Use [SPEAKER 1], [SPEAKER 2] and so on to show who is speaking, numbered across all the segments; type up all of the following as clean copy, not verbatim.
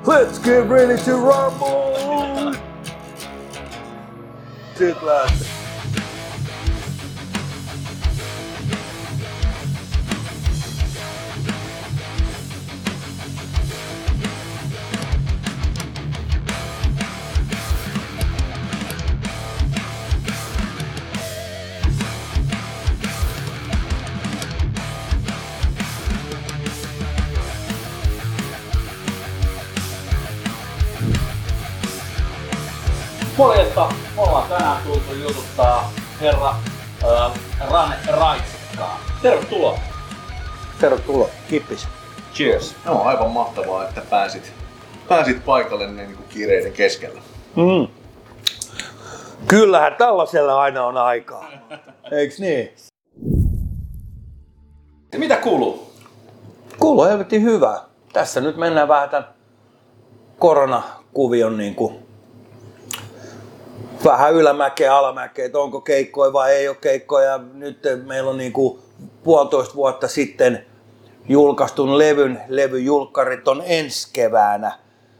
[SPEAKER 1] Let's get ready to rumble! Nyt lähtee.
[SPEAKER 2] Morjesta! Me ollaan tänään tultu jututtaa herra Rane Raitsikkaa. Tervetuloa!
[SPEAKER 1] Tervetuloa, kippis.
[SPEAKER 2] Cheers!
[SPEAKER 3] No aivan mahtavaa, että pääsit paikalle niin kuin kiireiden keskellä.
[SPEAKER 1] Kyllähän tällaisella aina on aikaa. Eiks niin?
[SPEAKER 2] Mitä kuuluu?
[SPEAKER 1] Kuuluu helvetin hyvä. Tässä nyt mennään vähän tämän koronakuvion niinku vähän ylämäkeä, alamäkeä, että onko keikkoja vai ei ole keikkoja. Nyt meillä on niinku 1,5 vuotta sitten julkaistun levyjulkkarit on ensi keväänä.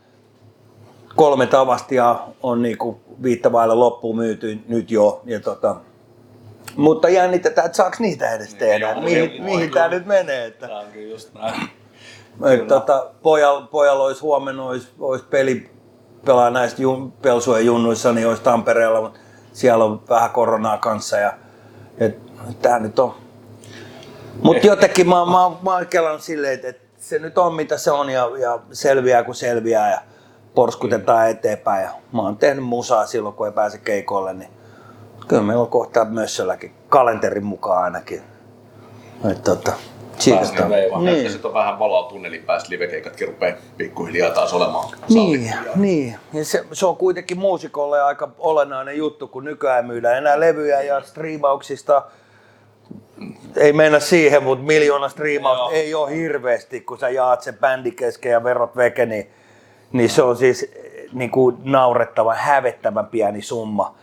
[SPEAKER 1] 3 tavastia on niinku 5 vailla loppuun myyty nyt jo. Ja mutta jännitetään, että saaks niitä edes tehdä, mihin tää nyt menee. Että.
[SPEAKER 2] Tää on kyllä just näin.
[SPEAKER 1] Pojalla olisi huomenna olisi peli pelaa näistä Pelsujen junnuissa, niin olisi Tampereella, mutta siellä on vähän koronaa kanssa ja tää nyt on. Mutta jotenkin mä oon kelannut silleen, että se nyt on mitä se on ja selviää kun selviää ja porskutetaan eteenpäin. Ja mä oon tehnyt musaa silloin kun ei pääse keikoille, niin kyllä meillä on kohta Mössölläkin kalenterin mukaan ainakin.
[SPEAKER 3] Päästiin veivaan. Niin. Näyttäisi, että on vähän valoa tunnelin päästä, livekeikatkin rupeaa pikkuhiljaa taas olemaan.
[SPEAKER 1] Niin. Ja se on kuitenkin muusikolle aika olennainen juttu, kun nykyään myydään enää levyjä ja striimauksista. Ei mennä siihen, mutta 1 000 000 striimausta ei ole hirveästi, kun sä jaat sen bändi kesken ja verot veke, niin se on siis niin kuin naurettavan, hävettävän pieni summa.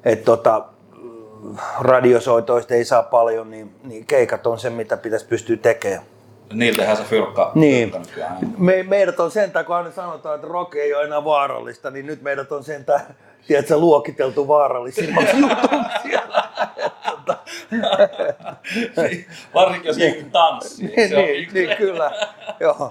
[SPEAKER 1] Radiosoitoista ei saa paljon, niin keikat on se, mitä pitäisi pystyä tekemään.
[SPEAKER 2] Niiltähän se fyrkka nykyään.
[SPEAKER 1] Meidät on sentään, kun aina sanotaan, että rock ei ole enää vaarallista, niin nyt meidät on sentään, tiedätkö, luokiteltu vaarallisimmaksi jutuksi.
[SPEAKER 2] Varsinkin jos jengi tanssii.
[SPEAKER 1] Niin, kyllä. Joo.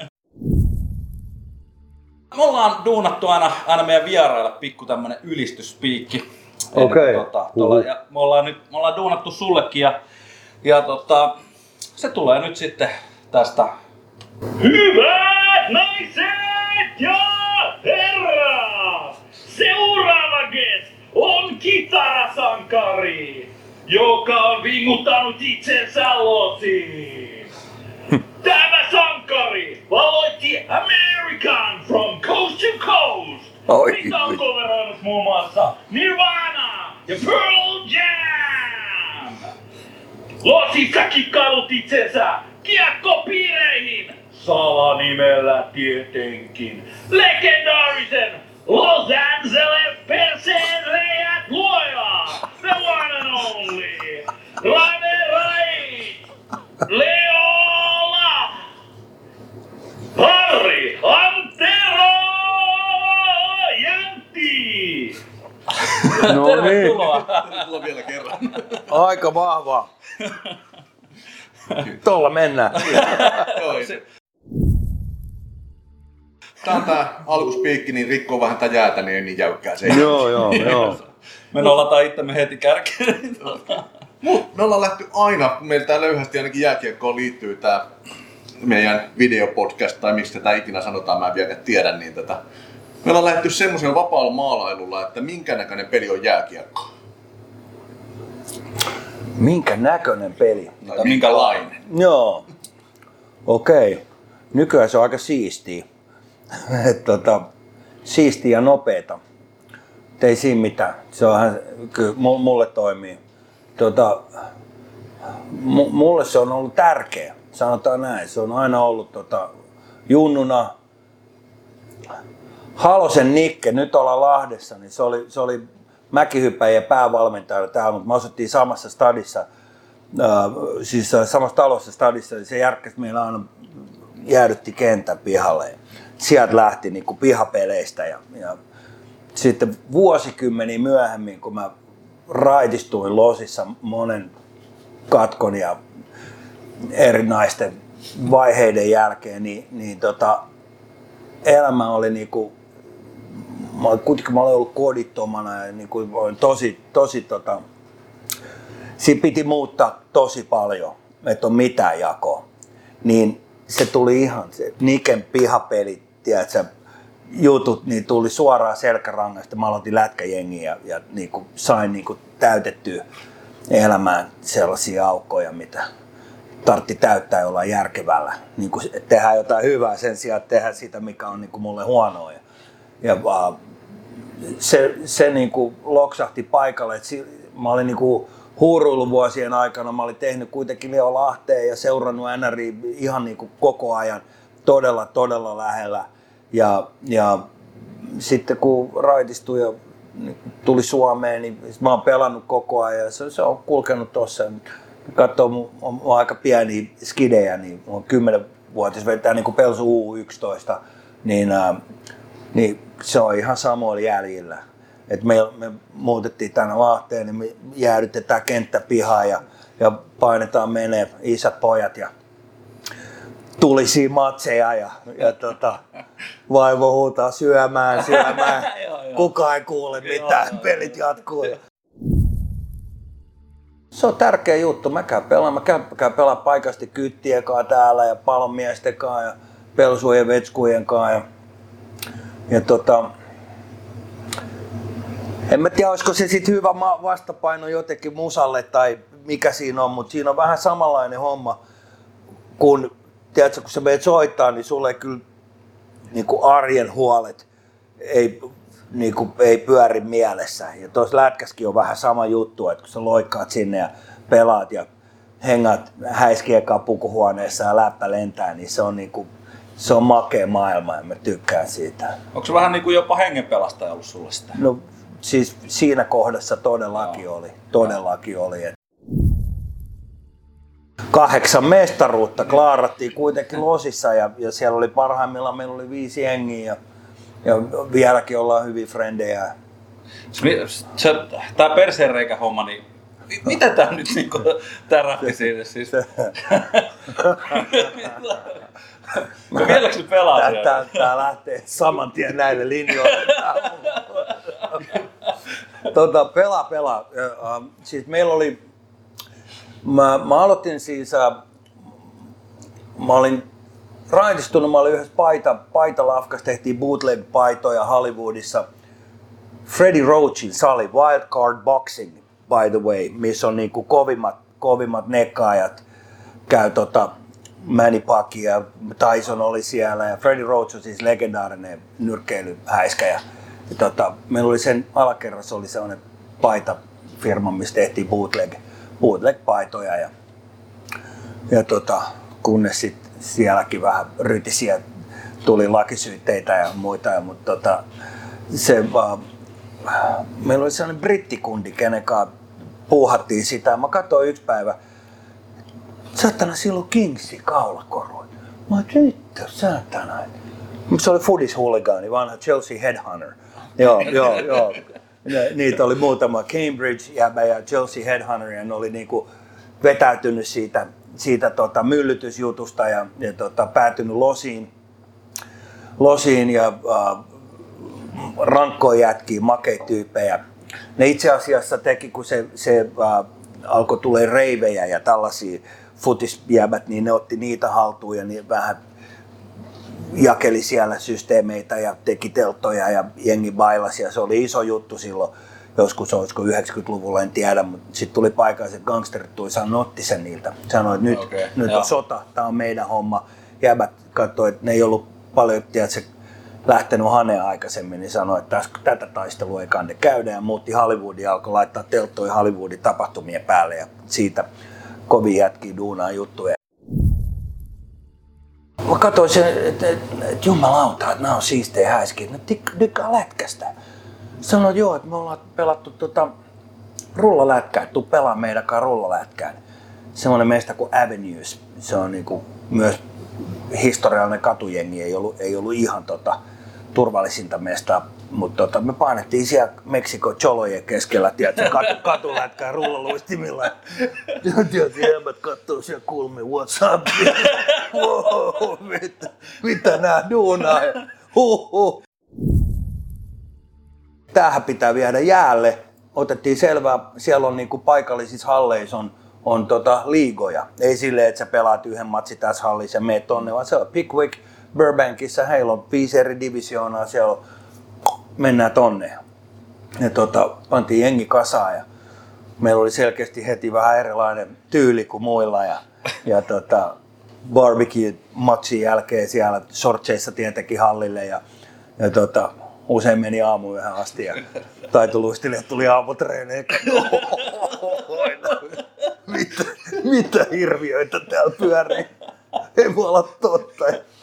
[SPEAKER 2] Me ollaan duunattu aina meidän vieraille pikku tämmönen ylistyspiikki.
[SPEAKER 1] Okei.
[SPEAKER 2] Ja me ollaan duunattu sullekin ja se tulee nyt sitten tästä.
[SPEAKER 4] Hyvät naiset ja herrat! Seuraava guest on kitarasankari, joka on vinguttanut itsensä losiin. Tämä sankari valoitti American from coast to coast. Mitä on coveroinut muun muassa Nirvana ja Pearl Jam. Losissa kikkailut itsensä kiekkopiireihin. Salanimellä tietenkin. Legendaarisen Los Angeles perseenreijät luoja. The one and only. Rane Rait. Leola. Harri Antero Jäntti.
[SPEAKER 1] No niin.
[SPEAKER 3] Tervetuloa vielä kerran.
[SPEAKER 1] Aika vahva. Tuolla mennään.
[SPEAKER 3] Tää on tää alkuspiikki, niin rikkoo vähän tää jäätä, niin ei niin jäykkää se.
[SPEAKER 1] Joo.
[SPEAKER 2] Me nollataan itsemme heti kärkeen.
[SPEAKER 3] Me ollaan lähty aina, meillä tää löyhästi ainakin jääkiekkoon liittyy tää meidän videopodcast, tai miksi tätä ikinä sanotaan, mä en vielä tiedä, niin me ollaan lähty semmoisella vapaalla maalailulla, että minkä näköinen peli on jääkiekko.
[SPEAKER 1] Minkä näköinen peli?
[SPEAKER 3] Tai minkälainen?
[SPEAKER 1] Joo. Okei. Nykyään se on aika siistiä. Siistiä ja nopeeta. Ei siinä mitään. Se onhan, kyllä mulle toimii. Mulle se on ollut tärkeä. Sanotaan näin. Se on aina ollut junnuna. Halosen Nikke, nyt ollaan Lahdessa, niin se oli mäkihyppäjien päävalmentaja täällä, mutta me asuttiin samassa stadissa, siis samassa talossa stadissa, niin se järkkäsi meillä aina jäädytti kentän pihalle. Sieltä lähti niin kuin pihapeleistä ja sitten vuosikymmeniä myöhemmin, kun mä raitistuin Losissa monen katkon ja erinäisten vaiheiden jälkeen, niin elämä oli niinku, kuitenkin mä olin ollut kodittomana ja niinku olin tosi siinä piti muuttaa tosi paljon, että on mitään jakoa. Niin se tuli ihan, se Niken pihapelit, tiedätkö, jutut, niin tuli suoraan selkärangasta. Mä aloitin lätkäjengiä ja niinku sain niinku täytettyä elämään sellaisia aukkoja, mitä tartti täyttää jollain järkevällä. Niinku tehdä jotain hyvää sen sijaan, että tehdä sitä, mikä on niinku mulle huonoa. Ja se niinku loksahti paikalle. Et mä olin niinku huuruiluvuosien aikana, mä olin tehnyt kuitenkin Leo Lahteen ja seurannut NRI ihan niinku koko ajan todella lähellä. Ja sitten kun raitistui ja tuli Suomeen, niin mä oon pelannut koko ajan ja se on kulkenut tossa. Katsoo mun aika pieniä skidejä, niin mun 10-vuotias vetää niin kuin Pelsu U11, niin se on ihan samoilla jäljillä. Et me muutettiin tänne Lahteen, niin me jäädytetään kenttäpihaan ja painetaan menee isät pojat ja tulisia matseja ja vaimo huutaa syömään. Kukaan ei kuule mitään, pelit jatkuu. Se on tärkeä juttu. Mä käyn pelaamaan paikallisesti kyttien kanssa täällä ja palomiesten kanssa ja pelsujen vetskujen kanssa. En mä tiedä, olisiko se sit hyvä vastapaino jotenkin musalle tai mikä siinä on, mutta siinä on vähän samanlainen homma, kun tiedätkö, kun sä menet soittaa, niin sulle ei kyllä niinku arjen huolet ei pyöri mielessä. Ja tuossa lätkäskin on vähän sama juttu, että kun sä loikkaat sinne ja pelaat ja hengaat häiskiekaan pukuhuoneessa ja läppä lentää, niin se on makea maailma ja mä tykkään siitä.
[SPEAKER 2] Onko se vähän niin kuin jopa hengenpelastaja ollut sulle sitä?
[SPEAKER 1] No siis siinä kohdassa todellakin oli. 8 mestaruutta klaarattiin kuitenkin Losissa ja siellä oli parhaimmillaan, meillä oli 5 jengiä ja vieläkin ollaan hyviä frendejä.
[SPEAKER 2] Tää perseenreikä homma, niin mitä tää nyt niinku tärähti siinä siis? Vieläks nyt pelaa siellä?
[SPEAKER 1] Tää lähtee saman tien näille linjoille. Pelaa. Siis meillä oli, mä aloitin siis, mä olin raitistunut, mä olin yhdessä paitalafkassa, tehtiin bootleg-paitoja Hollywoodissa. Freddie Roachin sali, Wild Card Boxing, by the way, missä on niinku kovimmat nekkaajat. Käy Manny Pacquiao ja Tyson oli siellä ja Freddie Roach on siis legendaarinen nyrkkeilyhäiskä. Meillä oli sen alakerrassa oli sellainen paitafirma, missä tehtiin bootleg-paitoja ja kunnes sitten sielläkin vähän rytisiä tuli lakisyytteitä ja muita, mutta meillä oli sellainen brittikundi, kenen kanssa puuhattiin sitä. Mä katsoin yksi päivä, saatana silloin Kingsi kaulakoruun. Mä oon saatana. Se oli Foodies-huligaani, vanha Chelsea Headhunter. Joo. Niitä oli muutama Cambridge ja Chelsea Headhunter ja ne oli niinku vetäytynyt siitä myllytysjutusta ja päätynyt Losiin ja rankkoja jätkiä, makeita tyyppejä. Ne itse asiassa teki, kun se alkoi tulee reivejä ja tällaisia futisjäbät, niin ne otti niitä haltuun ja niin vähän jakeli siellä systeemeitä ja teki telttoja ja jengi bailasi ja se oli iso juttu silloin. Joskus olisiko 90-luvulla, en tiedä, mutta sitten tuli paikalliset gangsterit tuli ja otti sen niiltä. Sanoi, että nyt on sota, tämä on meidän homma. Jäbät katsoi, että ne ei ollut paljon, tiedätkö, lähtenyt haneen aikaisemmin, niin sanoi, että tätä taistelua ei kanne käydä ja muutti Hollywoodin ja alkoi laittaa telttoja Hollywoodin tapahtumien päälle ja siitä kovin jätkiä duunaa juttuja. Mä katsoin sen, että jumalauta, että nämä on siistejä häiskiä, ne tykkää lätkästä. Sanoin, että joo, että me ollaan pelattu rullalätkää, tuu pelaa meidän kanssa rullalätkää. Semmoinen meistä kuin Avenues, se on niinku myös historiallinen katujengi, ei ollut ihan turvallisinta mestaa, mutta me painettiin siellä Meksikon cholojen keskellä, tiedätkö, katulätkää rullaluistimilla. Tiedätkö, jäbät kattoo siellä kulmi, what's up? Wow, mitä nää duunaa? Tämähän pitää viedä jäälle. Otettiin selvää, siellä on niinku paikallisissa halleissa on liigoja. Ei silleen, että sä pelaat yhden matsin tässä hallissa ja meet tonne, vaan se on Pickwick, Burbankissa, heillä on 5 eri divisioonaa, siellä on, mennään tonne. Ja pantiin jengi kasaan ja meillä oli selkeästi heti vähän erilainen tyyli kuin muilla ja barbecue-matsin jälkeen siellä shortseissa tietenkin hallille ja usein meni aamuyöhön asti ja taitoluistelijat tuli aamutreeneen. Mitä hirviöitä täällä pyörii? Ei voi olla totta.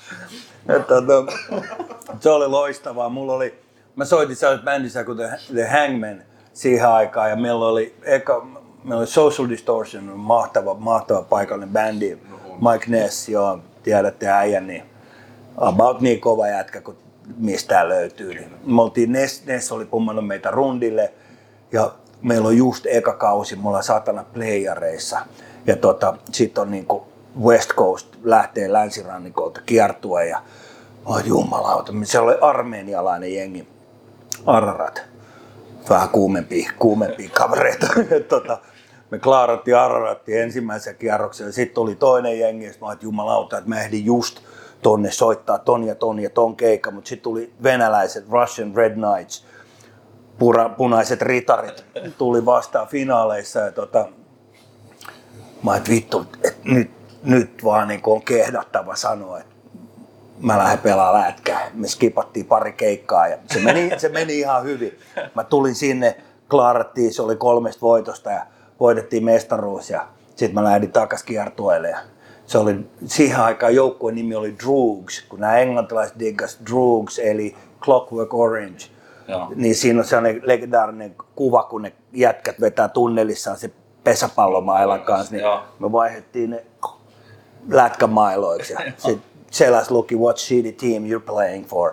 [SPEAKER 1] Se oli loistavaa. Mä soitin sellaisessa bändissä kuin The Hangman siihen aikaan ja meillä oli Social Distortion, mahtava paikallinen bändi. Mike Ness, joo, tiedätte äijän, niin about niin kova jätkä kuin mistään löytyy. Me oltiin, Ness oli pummannut meitä rundille ja meillä on just eka kausi, me ollaan satana playareissa ja sit on niinku West Coast lähtee länsirannikolta kiertue ja jumalauta, siellä oli armenialainen jengi, Ararat, vähän kuumempia kavereita. Me klaarattiin Ararattiin ensimmäisen kierroksen ja sitten tuli toinen jengi ja mä olin, jumalauta, että mä ehdin just tonne soittaa ton ja ton keikka, mutta sitten tuli venäläiset Russian Red Knights, punaiset ritarit tuli vastaan finaaleissa ja mä olin, vittu, että nyt vaan niin on kehdattava sanoa, että mä lähden pelaamaan lätkää. Me skipattiin pari keikkaa ja se meni ihan hyvin. Mä tulin sinne, klaarattiin, se oli 3 voitosta ja voitettiin mestaruus ja sitten mä lähdin takas kiertueelle. Ja se oli siihen aikaan joukkueen nimi oli Droogs, kun nämä englantilaiset diggas Droogs eli Clockwork Orange. Joo. Niin siinä on sellainen legendaarinen kuva, kun ne jätkät vetää tunnelissaan se pesäpallomailan kanssa, niin me vaihdettiin ne lätkämailoiksi ja sitten selas luki what shitty team you're playing for.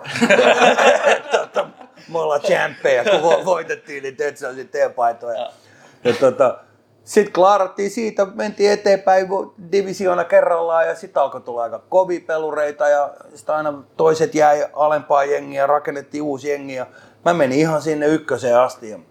[SPEAKER 1] Me ollaan champpeja, kun voitettiin, niin teet sellaisia teepaitoja. Sitten klaarattiin siitä, mentiin eteenpäin divisioona kerrallaan ja sitten alkoi tulla aika kovia pelureita ja sitten aina toiset jäi alempaa jengiä, rakennettiin uusi jengi ja mä menin ihan sinne ykköseen asti. Ja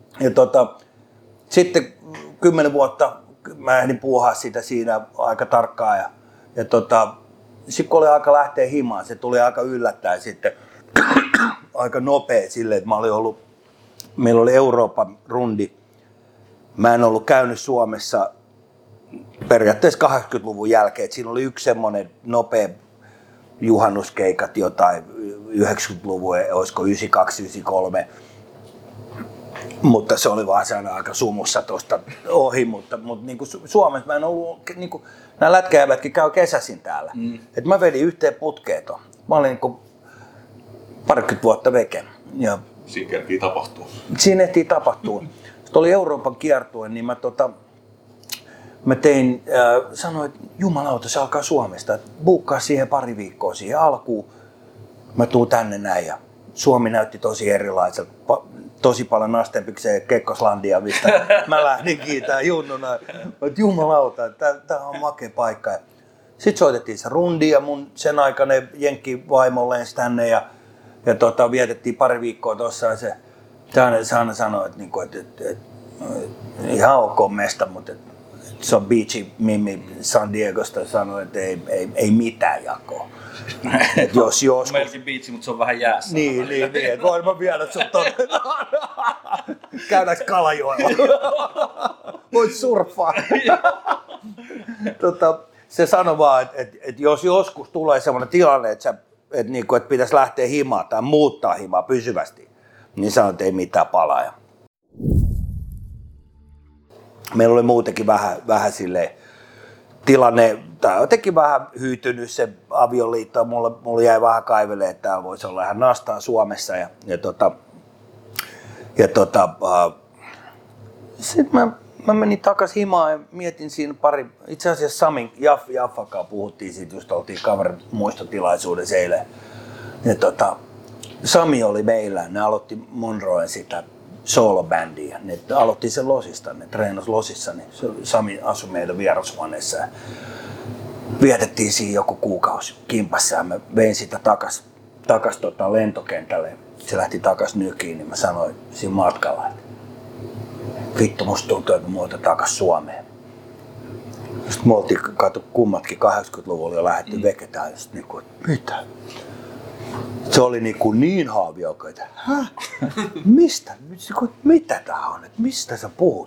[SPEAKER 1] sitten 10 vuotta mä ehdin puuhaa sitä siinä aika tarkkaan ja sitten kun oli aika lähteä himaan, se tuli aika yllättäen sitten aika nopea silleen, että meillä oli Euroopan rundi. Mä en ollut käynyt Suomessa periaatteessa 80-luvun jälkeen, että siinä oli yksi semmoinen nopea juhannuskeikat jotain 90-luvun, olisiko 92-93. Mutta se oli vaan sellainen aika sumussa tuosta ohi, mutta niin kuin Suomessa mä en ollut, niin kuin, nämä lätkäjävätkin käy kesäisin täällä. Et mä vedin yhteen putkeeton. Mä olin niin 20 vuotta veke. Ja
[SPEAKER 3] siinä kerkii tapahtuu.
[SPEAKER 1] Siinä ehtii tapahtua. Sitten oli Euroopan kiertue, niin mä tein, sanoin, että jumalauta, se alkaa Suomesta. Buukkaa siihen pari viikkoa siihen alkuun. Mä tuun tänne näin ja Suomi näytti tosi erilaiselta. Tosi paljon nastenpikseen Kekkoslandia, mistä mä lähdin kiitään junnuna. Mutta jumalauta, tää on makea paikka. Sitten soitettiin se rundi ja mun sen aikainen jenkkivaimo lensi tänne ja vietettiin pari viikkoa tuossa ja se aina sanoi, että ihan ok mesta, mutta se on Beachy Mimmi San Diegosta sanoi, että ei mitään jakoa. Et jos joskus...
[SPEAKER 2] Melkein biitsi, mutta se on vähän jäässä.
[SPEAKER 1] Niin, että voin mä viedä sut tonne. Käydäänkö Kalajoella? Voit surffaa. Se sanoi vaan, että jos joskus tulee sellainen tilanne, että pitäisi lähteä himaan tai muuttaa himaa pysyvästi, niin sanoi, että ei mitään palaa. Meillä oli muutenkin vähän silleen tilanne, tai jotenkin vähän hyytynyt se avioliitto, mulla jäi vähän kaivelemaan, että täällä voisi olla ihan nastaa Suomessa sitten mä menin takas himaan ja mietin siinä itse asiassa Samin Jaffakaan puhuttiin siitä, just oltiin kaverin muistotilaisuudessa eilen. Ja Sami oli meillä, ne aloitti Monroen sitä soolobändiä. Ne aloitti sen Losista, ne treenasi Losissa, niin Sami asui meidän vierashuoneessa. Vietettiin siinä joku kuukausi kimpassa ja mä vein sitä takas lentokentälle. Se lähti takas Nykiin, niin mä sanoin siinä matkalla, että vittu musta tuntuu, että mä muutan takas Suomeen. Sitten me oltiin kummatkin 80-luvulla jo lähdetty veketään ja sitten niinku, että mitä? Se oli niin haavioikko, että mistä? Mitä tää on? Et mistä sä puhut?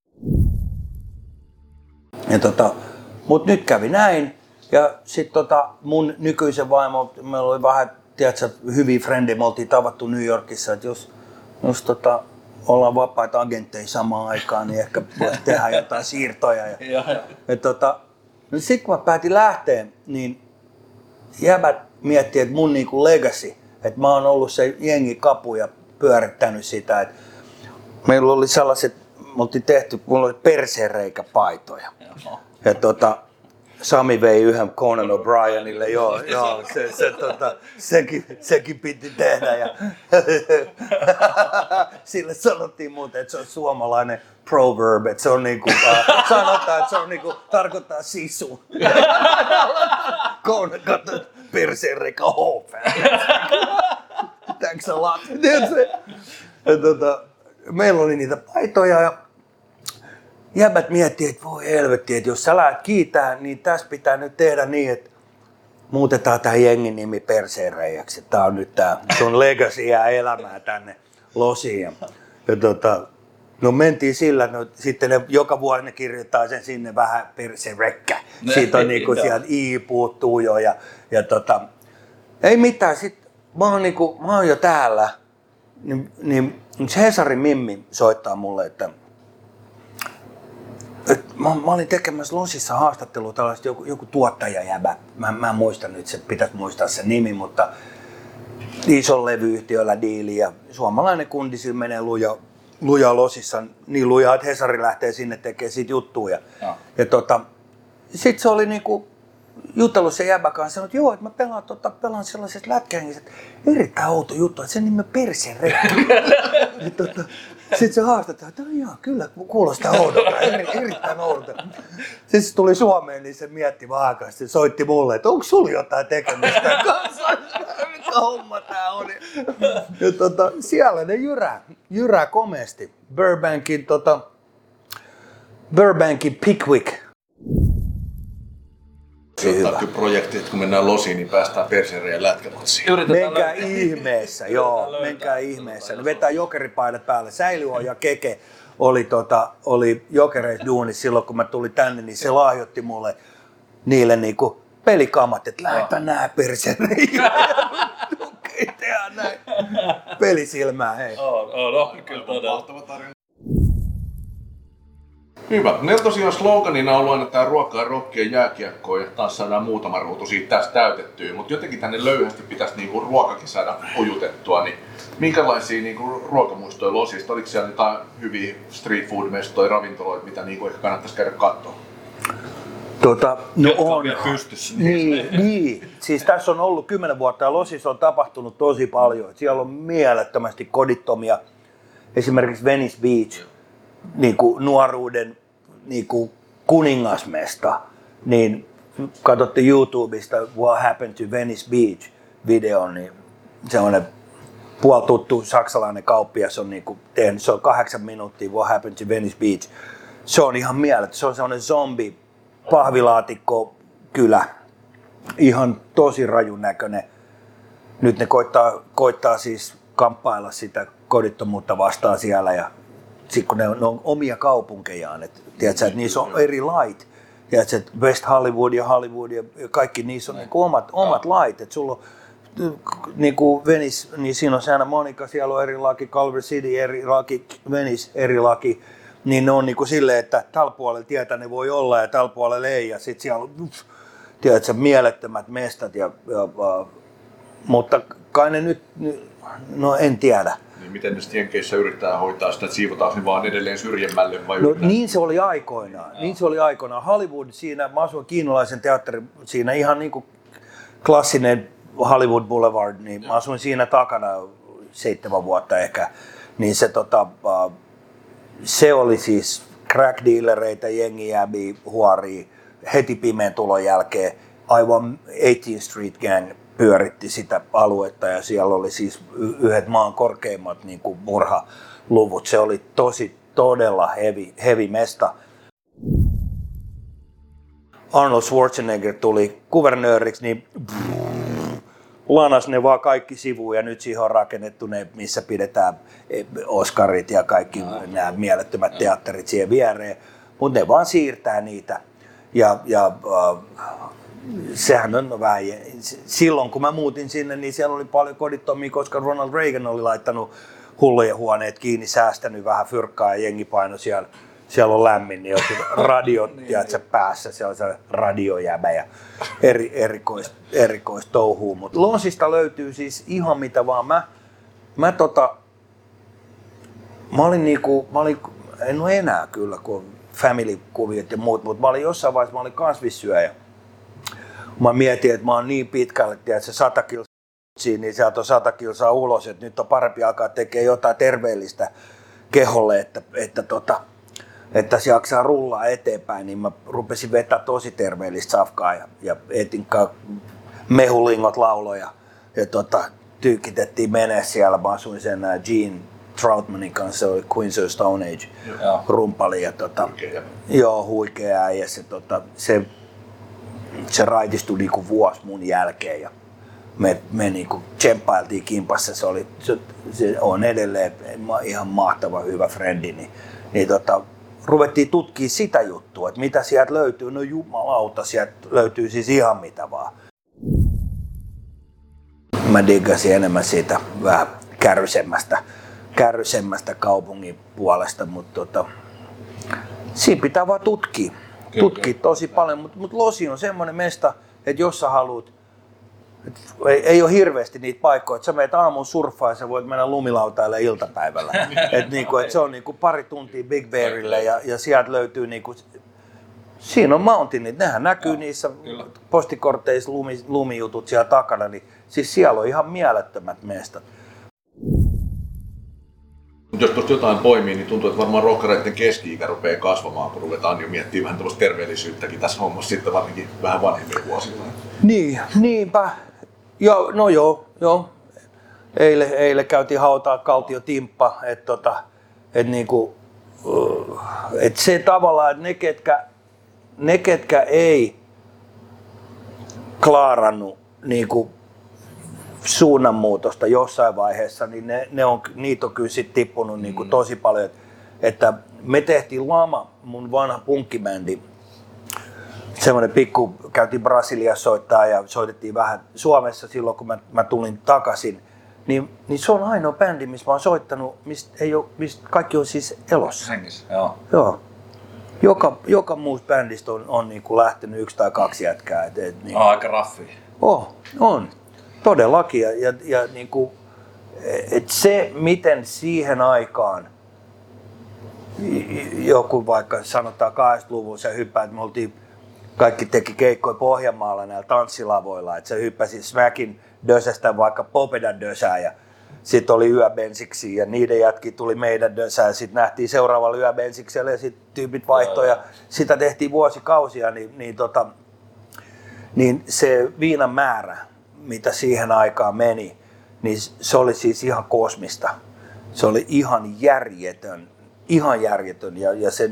[SPEAKER 1] Ja mut nyt kävi näin ja sit mun nykyisen vaimo, meillä oli vähän, tiedätkö, hyviä frendejä, me oltiin tavattu New Yorkissa, että jos ollaan vapaita agentteja samaan aikaan, niin ehkä voisi tehdä jotain siirtoja. No sit kun mä päätin lähteä, niin jäbät miettii, että mun niinku legacy, että mä oon ollut se jengi kapu ja pyörittänyt sitä, että meillä oli sellaiset, me oltiin tehty, mulla oli perseenreikäpaitoja. Ja Sami vei yhden Conan O'Brienille, sekin piti tehdä. Ja sille sanottiin muuten, että se on suomalainen proverb, että se on niinku, sanotaan, että se on niinku, tarkoittaa sisu. Conan katsoi perseenreikä hofen. Thanks a lot. Meillä oli niitä paitoja ja jäbät miettii, että voi helvetti, että jos sä lähdet kiitää, niin tässä pitää nyt tehdä niin, että muutetaan tää jengin nimi perseenreijäksi. Tää on nyt tää sun legacy ja elämää tänne Losiin. Ja no mentiin sillä, no sitten ne joka vuosi ne kirjoittaa sen sinne vähän perseenrekkä. Siitä on niinku sieltä I puuttuu jo ja ei mitään, sit mä oon jo täällä, niin Hesarin Mimmi soittaa mulle, että mä olin tekemässä Losissa haastattelua tällaista joku tuottajajäbä. Mä en muista nyt, se pitäisi muistaa se nimi, mutta ison levyyhtiöllä diili ja suomalainen kundi sillä menee luja Losissa, niin lujaa, että Hesari lähtee sinne tekemään siitä juttua. Ja sit se oli niinku jutellut sen jäbän kanssa, sanoi, että joo, että mä pelaan sellaisessa lätkähengissä, että erittäin outo juttu, että sen nimi on perseenrekkä. Sitten se haastattaa, että joo, kyllä kuulostaa oudolta, erittäin oudolta. Sitten se tuli Suomeen, niin se mietti vaan aikaa, se soitti mulle, että onko sulla jotain tekemistä kanssa? Mikä homma tää on? Ja siellä ne jyrää komeasti. Burbankin Pickwick.
[SPEAKER 3] Ottaa kyllä projekti, että kun mennään Losiin, niin päästään perseenreijän lätkämatsiin.
[SPEAKER 1] Menkää ihmeessä, menkää ihmeessä. Ne vetää jokeripaidat päälle. Säilyho ja Keke oli jokereissa duunissa silloin, kun mä tulin tänne, niin se lahjoitti mulle niille niinku pelikamat, että lähdettä nää perseenreijät. Okei, tehdään näin. Pelisilmää, hei.
[SPEAKER 2] On kyllä todella.
[SPEAKER 3] Hyvä. Meillä tosiaan sloganina on ollut aina tää ruokaa, rokkia ja jääkiekkoa ja taas saadaan muutama ruutu siitä tästä täytettyä, mutta jotenkin tänne löyhästi pitäisi niinku ruokakin saada ujutettua, niin minkälaisia niinku ruokamuistoja Losista? Oliko siellä jotain hyviä street food mestoja, ravintoloita, mitä niinku ehkä kannattaisi käydä katsoa?
[SPEAKER 1] No on.
[SPEAKER 2] Vielä pystyssä.
[SPEAKER 1] Niin. Siis tässä on ollut 10 vuotta ja Losissa on tapahtunut tosi paljon. Siellä on mielettömästi kodittomia, esimerkiksi Venice Beach. Niinku nuoruuden niinku kuningasmesta, niin katsotte YouTubesta What Happened to Venice Beach -videon, niin semmoinen puoltuttu saksalainen kauppias on niinku tehnyt, se on 8 minuuttia What Happened to Venice Beach. Se on ihan mieletön, se on semmoinen zombi pahvilaatikko kylä, ihan tosi rajun näköinen. Nyt ne koittaa siis kamppailla sitä kodittomuutta vastaan siellä ja sitten kun ne on omia kaupunkejaan, että tiedätkö, että niissä on eri lait, tiedätkö, että West Hollywood ja kaikki niissä on niinku omat lait, että sulla on niinku Venice, niin siinä on Santa Monica, siellä on eri laki, Culver City eri laki, Venice eri laki, niin ne on niinku silleen, että tällä puolella tietä ne voi olla ja tällä puolella ei, ja sitten siellä on tiedätkö, mielettömät mestat, mutta kai ne nyt, no en tiedä.
[SPEAKER 3] Niin miten ne Jenkeissä yrittää hoitaa sitä, että siivotaan ne vaan edelleen syrjemmälle vai
[SPEAKER 1] No
[SPEAKER 3] yritetään?
[SPEAKER 1] niin se oli aikoinaan. Niin se oli aikoinaan. Hollywood siinä, mä asuin kiinalaisen teatterin siinä ihan niin kuin klassinen Hollywood Boulevard, niin mä asuin siinä takana 7 vuotta ehkä. Niin se oli siis crack dealereita, jengijäbiä, huoria heti pimeän tulon jälkeen. Aivan 18th Street Gang pyöritti sitä aluetta ja siellä oli siis yhdet maan korkeimmat niin kuin murhaluvut. Se oli todella heavy mesta. Arnold Schwarzenegger tuli kuvernööriksi, niin lanas ne vaan kaikki sivuun ja nyt siihen on rakennettu ne, missä pidetään Oscarit ja kaikki nämä mielettömät teatterit siihen viereen, mutta ne vaan siirtää niitä. Sehän on vähän, silloin kun mä muutin sinne, niin siellä oli paljon kodittomia, koska Ronald Reagan oli laittanut hullujen huoneet kiinni, säästänyt vähän fyrkkaa ja jengi paino siellä on lämmin, niin otti radio päässä, se on se radiojäbä ja erikois touhuu. Mutta Lonsista löytyy siis ihan mitä vaan. Mä olin, en ole enää kyllä, kun on family-kuviot ja muut, mutta mä olin jossain vaiheessa, mä olin kasvissyöjä. Mä mietin, että mä oon niin pitkälle, että 100 kilsaa, niin sieltä on 100 kilsaa ulos, että nyt on parempi alkaa tekemään jotain terveellistä keholle, että se jaksaa rullaa eteenpäin, niin mä rupesin vetää tosi terveellistä safkaa ja etin mehulingot lauloja ja tyykitettiin menee siellä. Mä asuin sen Gene Troutmanin kanssa, se oli Queens of Stone Age rumpali ja huikea äijä. Se raitistui niinku vuosi mun jälkeen ja me niinku tsemppailtiin kimpassa, se on edelleen ihan mahtava hyvä frendi, niin ruvettiin tutkimaan sitä juttua, että mitä sieltä löytyy. No jumalauta, sieltä löytyy siis ihan mitä vaan. Mä diggasin enemmän siitä vähän kärrysemmästä kaupungin puolesta, mutta siinä pitää vaan tutkia tosi paljon. Mutta Losi on semmoinen mesta, että jos sä haluat, ei ole hirveästi niitä paikkoja, että sä menet aamun surffaan ja sä voit mennä lumilautaille iltapäivällä. Et se on pari tuntia Big Bearille ja sieltä löytyy, siinä on mountainit, nehän näkyy niissä postikorteissa lumijutut siellä takana, niin siis siellä on ihan mielettömät mestat.
[SPEAKER 3] Jos tuosta jotain poimii, niin tuntuu, että varmaan rockereiden keski-ikä rupeaa kasvamaan, kun ruvetaan jo miettimään vähän tällaista terveellisyyttäkin tässä hommassa sitten varsinkin vähän vanhemmilla vuosilla.
[SPEAKER 1] Niinpä. Joo. Eilen käytiin hautaa Kaltiotimppa, että se tavallaan, että ne ketkä ei klaarannut suunnanmuutosta jossain vaiheessa, niin niitä on kyllä sit tippunut tosi paljon. Että me tehtiin Lama, mun vanha punkkibändi, semmoinen käytiin Brasiliassa soittaa ja soitettiin vähän Suomessa silloin, kun mä tulin takaisin. Niin se on ainoa bändi, missä mä oon soittanut, mistä kaikki on siis elossa.
[SPEAKER 2] Hengissä,
[SPEAKER 1] joo. Joka muusta bändistä on lähtenyt 1 tai 2 jätkää.
[SPEAKER 2] Aika raffia.
[SPEAKER 1] On. Todellakin. Ja et se, miten siihen aikaan joku vaikka sanotaan 80-luvun se hyppää, että me kaikki teki keikkoja Pohjanmaalla näillä tanssilavoilla, että se hyppäsi Smackin dösästä vaikka Popedan dösää ja sitten oli yöbensiksi ja niiden jätki tuli meidän dösää ja sitten nähtiin seuraavalla yöbensiksellä ja sitten tyypit vaihtoi ja sitä tehtiin vuosikausia, niin se viinan määrä, mitä siihen aikaan meni, niin se oli siis ihan kosmista. Se oli ihan järjetön ja se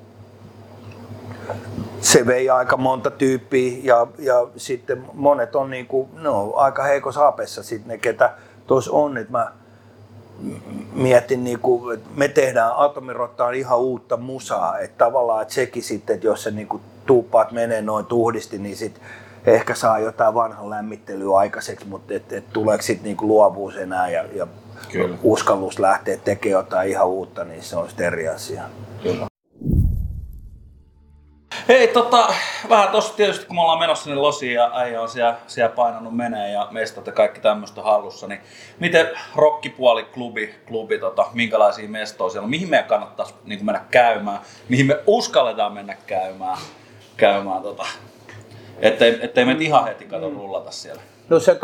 [SPEAKER 1] se vei aika monta tyyppiä ja sitten monet on aika heikossa hapessa sitten ne ketä tuossa on, että mä mietin että me tehdään Atomirottaan ihan uutta musaa, että tavallaan että sekin sitten, että jos se tuuppaat menee noin tuhdisti, niin sitten ehkä saa jotain vanhan lämmittelyä aikaiseksi, mutta tuleeko sitten luovuus enää ja uskallus lähteä tekemään jotain ihan uutta, niin se on sitten eri asia.
[SPEAKER 3] Kyllä.
[SPEAKER 2] Hei, vähän tossa tietysti kun me ollaan menossa sinne losiin ja äijä on siellä painanut menee ja mestat ja kaikki tämmöistä hallussa, niin miten rockipuoli klubi minkälaisia mestoja siellä on, mihin meidän kannattaisi niin mennä käymään, mihin me uskalletaan mennä käymään ettei me ihan heti rullata siellä.
[SPEAKER 1] No se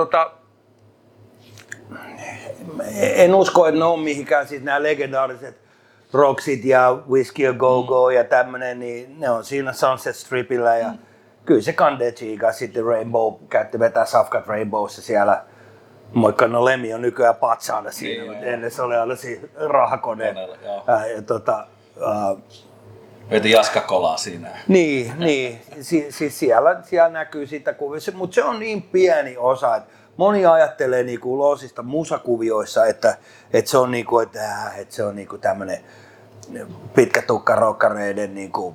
[SPEAKER 1] en usko, että ne on mihinkään siis nämä legendaariset Roxit ja Whiskey a Go-Go ja tämmönen, niin ne on siinä Sunset Stripillä ja kyllä se kandee chiikaa sitten Rainbow, käytti vetää Safkat Rainbowssa siellä. Moikka, no Lemmi on nykyään patsaana siinä, mutta ennen se oli aina siinä rahakoneen.
[SPEAKER 2] Veti jaskakolaa siinä.
[SPEAKER 1] Niin. Siis siellä näkyy sitä kuvia, mutta se on niin pieni osa, että moni ajattelee niinku losista musakuvioissa, että se on niinku, että se on niinku tämmönen pitkätukkarokkareiden niinku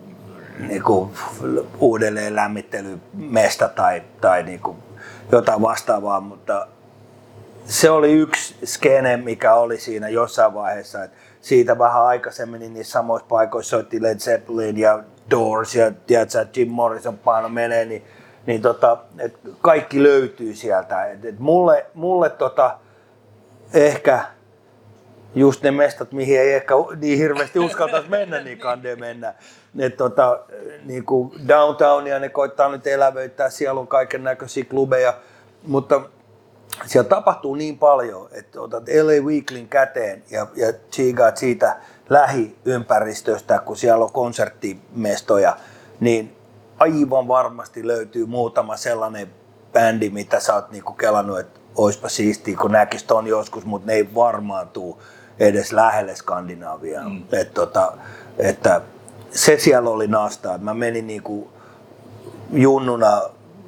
[SPEAKER 1] uudelleen lämmittelymesta tai niinku jotain vastaavaa, mutta se oli yksi skene, mikä oli siinä jossain vaiheessa, että siitä vähän aikaisemmin niin niissä samoissa paikoissa soitti Led Zeppelin ja Doors ja tiedätkö, Jim Morrison paino menee, niin et kaikki löytyy sieltä. Et mulle ehkä just ne mestat, mihin ei ehkä niin hirveästi uskaltaisi mennä, niin kandee mennä. Niinku downtownia ne koittaa nyt elävöittää, siellä on kaiken näköisiä klubeja, mutta siellä tapahtuu niin paljon, että otat LA Weeklyn käteen ja tsiigaat siitä lähiympäristöstä, kun siellä on konserttimestoja, niin aivan varmasti löytyy muutama sellainen bändi, mitä sä oot niinku kelannut, että oispa siistiä, kun näkis ton joskus, mutta ne ei varmaan tuu edes lähelle Skandinaaviaa. Että se siellä oli nastaa. Mä menin niinku junnuna,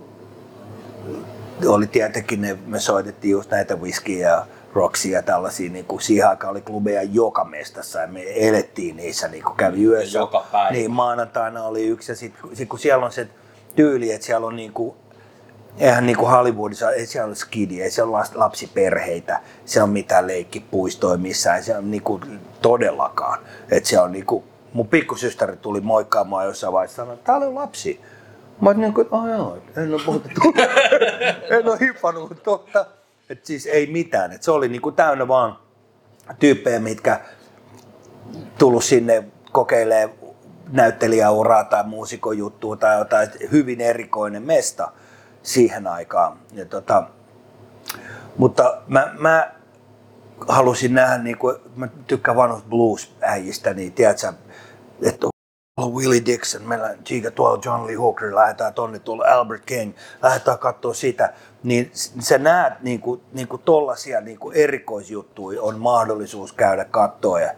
[SPEAKER 1] oli tietenkin me soitettiin just näitä Whiskey ja Roxy ja tällaisia, niinku siihen aikaan oli klubeja joka mestassa ja me elettiin niissä, niinku kävi yössä.
[SPEAKER 2] Joka päivä.
[SPEAKER 1] Niin maanantaina oli yksi ja sit kun siellä on se tyyli, että siellä on niinku, eihän niinku Hollywoodissa, ei siellä ole skidi, ei siellä ole lapsiperheitä, siellä on mitään leikkipuistoja missään, ei siellä ole niinku todellakaan. Et siellä on niinku, mun pikkusysteri tuli moikkaamaan jossain vaiheessa ja sanoi, että täällä on lapsi. Mä oon niin kuin, että joo, en ole puhuttu, en ole hippannut, totta. Että siis ei mitään, että se oli niin kuin täynnä vaan tyyppejä, mitkä tullut sinne kokeilee näyttelijäuraa tai muusikojuttua tai jotain, hyvin erikoinen mesta siihen aikaan. Ja mutta mä halusin nähdä, niin kuin, mä tykkään vanhoista blues-äijistä, niin tiedätkö, että Willie Dixon, meillä Chica tuolla John Lee Hooker, lähdetään tonne tuolla Albert King, lähdetään katsoa sitä, niin sä näet niinku tollasia niinku erikoisjuttuja on mahdollisuus käydä katsoa ja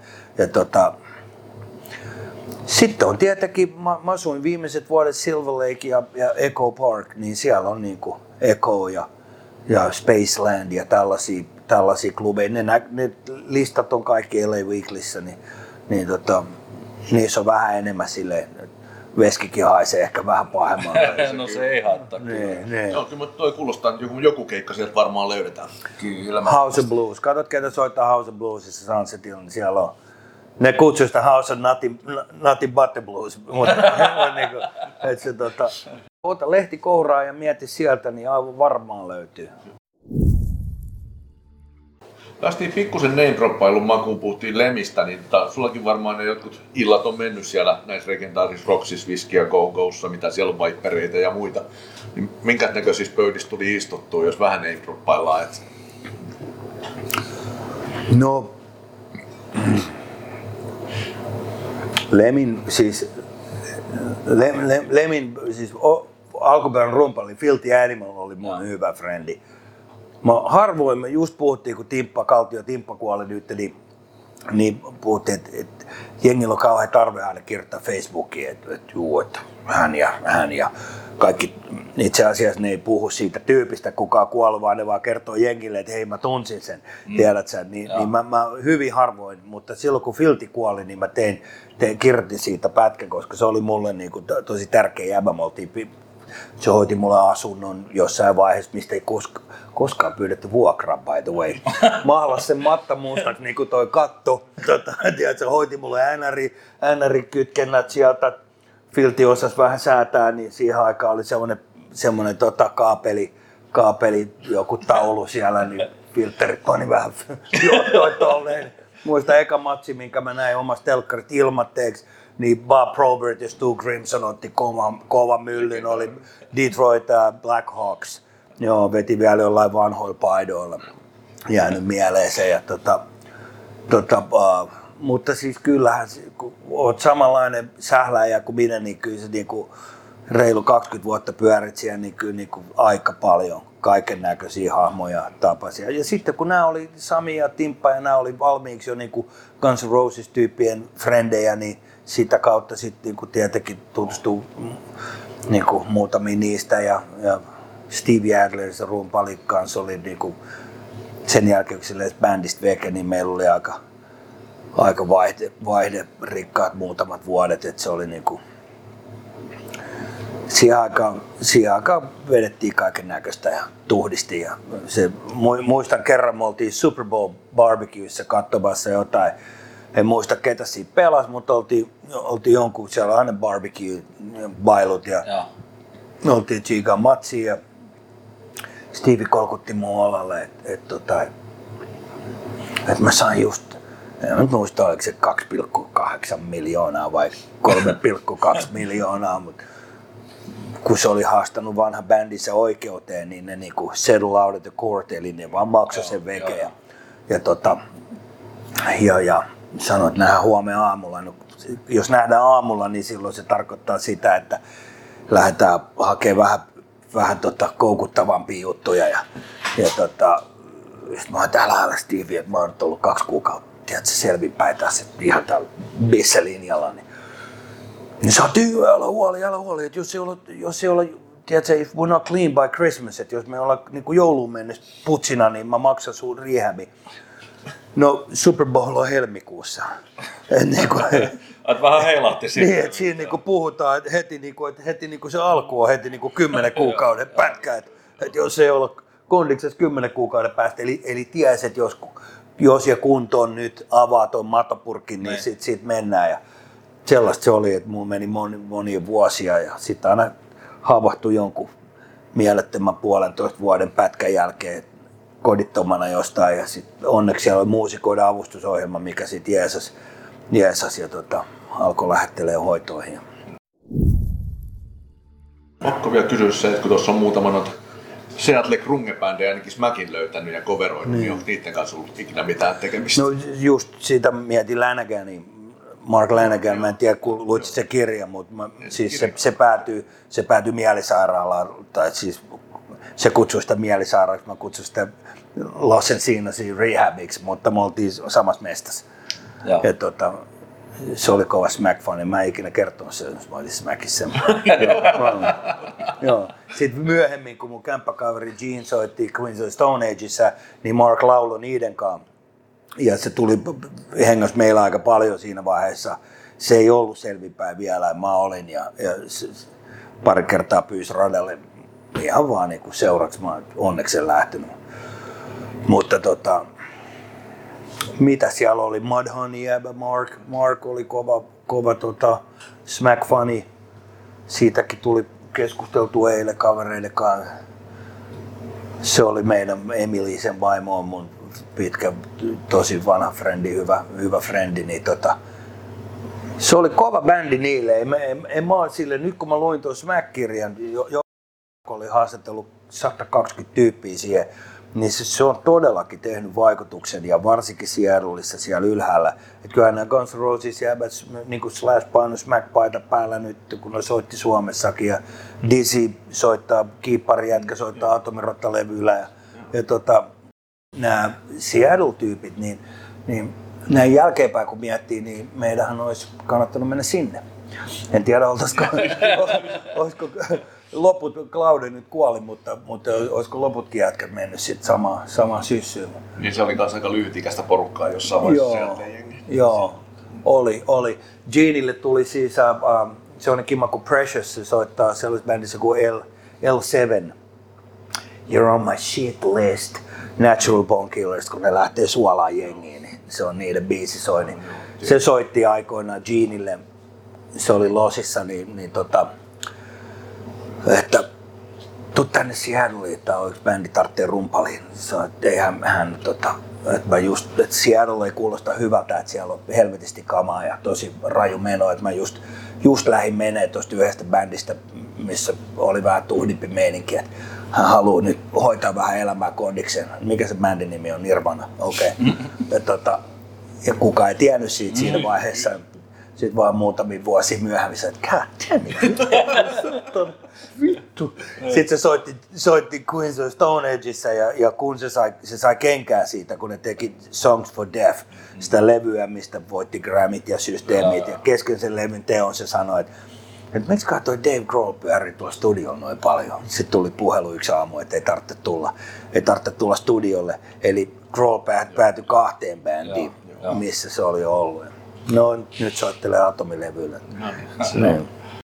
[SPEAKER 1] sitten on tietenkin, mä asuin viimeiset vuodet Silver Lake ja Echo Park, niin siellä on niinku Echo ja Spaceland ja tällaisia klubeja, ne listat on kaikki LA Weeklyssä, niin niissä on vähän enemmän silleen, veskikin haisee ehkä vähän pahemmalle.
[SPEAKER 2] No se ei haittaa
[SPEAKER 1] kyllä.
[SPEAKER 3] Joo, kyllä toi kuulostaa, että joku keikka sieltä varmaan löydetään.
[SPEAKER 2] Kyllä.
[SPEAKER 1] House of Blues. Katsot, ketä soittaa House of Bluesissa Sunsetilla, niin siellä on. Ne kutsuu sitä House of Nothing But the Blues. Mutta niinku, ota lehti kouraa ja mieti sieltä, niin aivan varmaan löytyy.
[SPEAKER 3] Päästiin pikkusen name-droppailun makuun, puhuttiin Lemistä, niin sullakin varmaan ne jotkut illat on mennyt siellä näissä legendaarisissa Roxys, Whiskey ja Go-Gossa, mitä siellä on vipereitä ja muita. Niin minkä näköisissä pöydissä tuli istuttua, jos vähän name-droppaillaan?
[SPEAKER 1] No, Lemin alkuperäinen rumpali Filthy Animal oli mun hyvä frendi. Harvoin me just puhuttiin, kun Timppa kuoli nyt, niin puhuttiin, että jengillä on kauhean tarve aina kirjoittaa Facebookiin, että hän ja kaikki. Itse asiassa ne ei puhu siitä tyypistä, kuka on kuollut, vaan ne vaan kertoo jengille, että hei mä tunsin sen, tiedät sä. Niin mä hyvin harvoin, mutta silloin kun Filthy kuoli, niin mä kirjoitin siitä pätkän, koska se oli mulle niin kuin tosi tärkeä jäbä. Se hoiti mulle asunnon jossain vaiheessa, mistä ei koskaan pyydetty vuokraa, by the way. Mahlas sen matta mustaksi, niin kuin toi katto. Se hoiti mulle NR-kytkennät sieltä Filti osasi vähän säätää, niin siihen aikaan oli semmoinen kaapeli, joku taulu siellä, niin filterit pani vähän tolleen. Muista eka matsi, minkä mä näin omasta telkkarit ilmatteeksi, niin Bob Probert ja Stu Grimson otti kovan myllyn, oli Detroit Blackhawks. Joo, veti vielä jollain vanhoilla paidoilla, jäänyt mieleen se. Ja mutta siis kyllähän, kun oot samanlainen sähläjä kuin minä, niin kyllä se niinku reilu 20 vuotta pyörit siellä, niin kyllä niinku aika paljon kaiken näköisiä hahmoja tapasia. Ja sitten kun nämä oli Sami ja Timppa ja nämä oli valmiiksi jo niinku Guns N' Roses-tyyppien frendejä, niin sitä kautta sitten niinku tietenkin tutustuu niinku muutamiin niistä ja Stevie Adler, se rumpali kanssa oli niinku, sen jälkeen kun sille bändistä veke, niin meillä oli aika vaihderikkaat muutamat vuodet, että se oli niinku siihen aikaan vedettiin kaiken näköistä ja tuhdisti ja muistan kerran me oltiin Super Bowl barbecuessa katsomassa jotain, en muista ketä siinä pelasi, mutta oltiin jonkun, siellä on aina barbecue-bailut ja me oltiin Chigan matsiin ja Stevie kolkutti mun olalle, että mä sain just, en muista oliko se 2,8 miljoonaa vai 3,2 miljoonaa, mutta kun se oli haastanut vanha bändinsä oikeuteen, niin ne niinku settle out of the court, eli ne vaan maksoi sen veke. Ja sanoi, että nähdään huomenna aamulla. No, jos nähdään aamulla, niin silloin se tarkoittaa sitä, että lähdetään hakemaan vähän koukuttavampia juttuja. Ja mä oon täällä Stevie, että mä oon ollut 2 kuukautta, tiedätkö, selvinpäin tässä ihan täällä bisselinjalla. Niin sä oot älä huoli, että jos ei olla, tiedätkö, if we're not clean by Christmas, että jos me ollaan niin jouluun mennessä putsina, niin mä maksan sun rehabi. No Super Bowl on helmikuussa.
[SPEAKER 2] Oot vähän heilahti siitä.
[SPEAKER 1] Niin, että siinä niinku puhutaan, että heti niinku se alku on heti niinku 10 kuukauden pätkä, että jos ei olla kondiksessa 10 kuukauden päästä, eli tiesi, että jos ja kuntoon nyt avaa ton matopurkin, niin sit mennään. Ja sellaista se oli, että mulla meni monia vuosia ja sitten aina havahtui jonkun mielettömän 1,5 vuoden pätkän jälkeen kodittomana jostain ja sitten onneksi siellä oli muusikoiden avustusohjelma, mikä sitten jeesas ja alkoi lähettelee hoitoihin.
[SPEAKER 3] Pakko vielä kysyä se, että kun tuossa on muutama noita Seattle grunge-bändejä ainakin Smackin löytänyt ja coveroinut, niin onko niiden kanssa ollut ikinä mitään tekemistä?
[SPEAKER 1] No just sitä mietin Lanaganin. Mark Lanagan, mä en tiedä, kun luit se kirja, mutta siis se päätyi mielisairaalaan, tai siis se kutsui sitä mielisairaalaksi, mä kutsuin sitä Los Encinasin rehabiksi, mutta me oltiin samassa mestassa. Ja se oli kova Smack-fani, mä en ikinä kertonut sen, jos mä olin Smackissa. Joo. Sitten myöhemmin, kun mun kämppäkaveri Gene soitti Queens of Stone Ageissa, niin Mark lauloi niiden kanssa. Ja se tuli hengäs meillä aika paljon siinä vaiheessa. Se ei ollut selvinpäin vielä, mä olin ja pari kertaa pyysi radalle ihan vaan niin kuin seuraksi, mä onneksi en lähtenyt. Mutta mitä siellä oli, Mudhoney ja Mark oli kova Smack-fani. Siitäkin tuli keskusteltu eilen kavereiden kanssa. Se oli meidän Emily, sen vaimo on mun pitkä, tosi vanha frendi, hyvä frendi, niin se oli kova bändi niille. En mä sille, nyt kun mä luin tuon Smack-kirjan, oli haastatellut 120 tyyppiä siihen, niin se on todellakin tehnyt vaikutuksen ja varsinkin Seattleissa siellä ylhäällä. Että kyllähän nämä Guns N' Roses jäbät, niin kuin Slash painoi Smack-paita päällä nyt, kun ne soitti Suomessakin ja Dizzy soittaa, kiippari jätkä soittaa Atomirotta-levyllä ja nämä Seattle-tyypit, niin näin jälkeenpäin kun miettii, niin meidänhän olisi kannattanut mennä sinne. En tiedä, olisiko loput, Claude nyt kuoli, mutta olisiko loputkin jätkät mennyt sitten samaan syssyyn.
[SPEAKER 3] Niin se oli kanssa aika lyhytikäistä porukkaa jossain vaiheessa.
[SPEAKER 1] Joo, oli. Geneille tuli siis sellainen kimma kuin Precious, se soittaa sellaisessa bändissä kuin L7. You're on my shit list. Natural Bone Killers, kun ne lähtee suolaan jengiin, niin se on niiden biisi soi. Niin se soitti aikoinaan Geneille se oli Losissa, että tuu tänne Seattleen, että on yksi bändi tarvitsee rumpaliin. Sanoin, että eihän hän, että Seattle ei kuulosta hyvältä, että siellä on helvetisti kamaa ja tosi raju meno, että mä just lähdin menee tuosta yhdestä bändistä, missä oli vähän tuhdimpi meininki, että hän haluaa nyt hoitaa vähän elämää kondikseen. Mikä se bändin nimi on? Nirvana. Okei. Okay. Ja kukaan ei tiennyt siitä siinä vaiheessa. Sitten vaan muutamia vuosia myöhemmin että god damn it, vittu. Sitten se soitti Queens of Stone Ageissa ja kun se sai kenkää siitä, kun ne teki Songs for Deaf, sitä levyä, mistä voitti Grammyt ja systeemit. Ja kesken sen levyn teon se sanoi, että miksi toi Dave Grohl pyörii tuolla studiolla noin paljon. Sitten tuli puhelu yksi aamu, että ei tarvitse tulla studiolle. Eli Grohl päätyi 2 bändiin, missä se oli ollut. No nyt soittelee Atomilevyllä. No.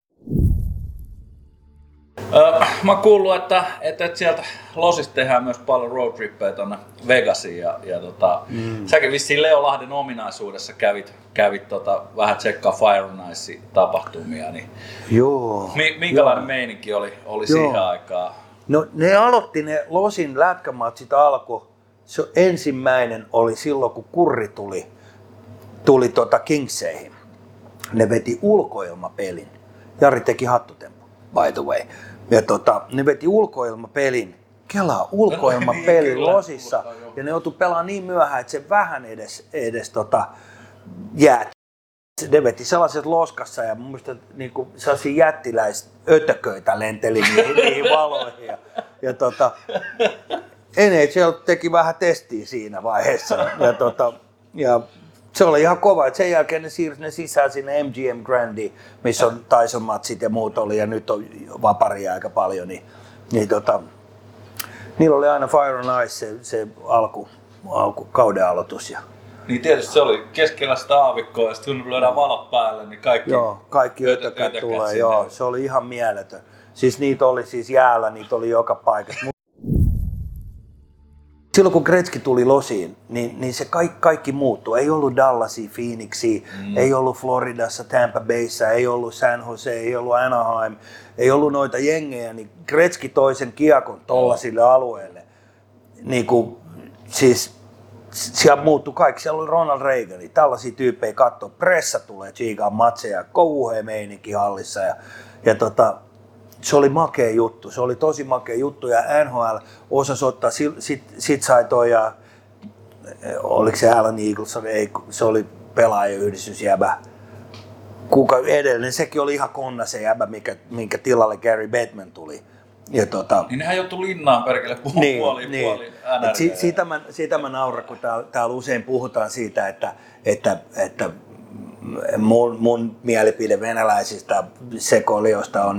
[SPEAKER 2] Mä oon kuullut, että sieltä Losista tehdään myös paljon roadtrippejä tonne Vegasiin ja säkin vissiin Leo Lahden ominaisuudessa kävit vähän tsekkaa Fire and Ice -tapahtumia, niin
[SPEAKER 1] joo,
[SPEAKER 2] minkälainen meininki oli siihen aikaan?
[SPEAKER 1] No ne aloitti ne Losin lätkämatsit se ensimmäinen oli silloin kun Kurri tuli Kingseihin. Ne veti ulkoilmapelin. Jari teki hattutempo, by the way. Ja ne veti ulkoilmapelin. Kelaa ulkoilmapelin Losissa. Ja ne joutui pelaamaan niin myöhään, että se vähän edes jääti. Ne veti sellaiset loskassa ja mun mielestä niinku sellaisia jättiläisötököitä lenteli niihin valoihin. NHL teki vähän testiä siinä vaiheessa. Ja se oli ihan kova, että sen jälkeen ne siirsi ne sisään sinne MGM Grandiin, missä on Tyson-matsit ja muut oli ja nyt on vaparia aika paljon, niillä oli aina Fire and Ice se kauden aloitus.
[SPEAKER 2] Niin tietysti se oli keskellä sitä aavikkoa ja sitten kun lyödään valot päälle, niin
[SPEAKER 1] kaikki ötökät tulee, joo, se oli ihan mieletön. Siis niitä oli siis jäällä, niitä oli joka paikassa. Silloin kun Gretzky tuli Losiin, niin se kaikki muuttui. Ei ollut Dallasia, Phoenixia, ei ollut Floridassa, Tampa Bayssä, ei ollut San Jose, ei ollut Anaheim, ei ollut noita jengejä. Niin Gretzky toi sen kiekon tollasille alueelle. Siis siellä muuttui kaikki. Siellä oli Ronald Reagan, tällaisia tyyppejä katsoo. Pressa tulee tsiikaan matseja, kauhea meininki hallissa. Se oli makea juttu, se oli tosi makea juttu ja NHL osasi ottaa, sit sai toi oliko se Alan Eagles, ei, se oli pelaajayhdistysjäbä. Kuka edellinen, sekin oli ihan konna se jäbä, minkä tilalle Gary Bettman tuli. Ja
[SPEAKER 2] niin nehän joutui linnaan perkele puoli
[SPEAKER 1] Siitä mä nauran, kun täällä usein puhutaan siitä, että mun mielipide venäläisistä sekoilijoista on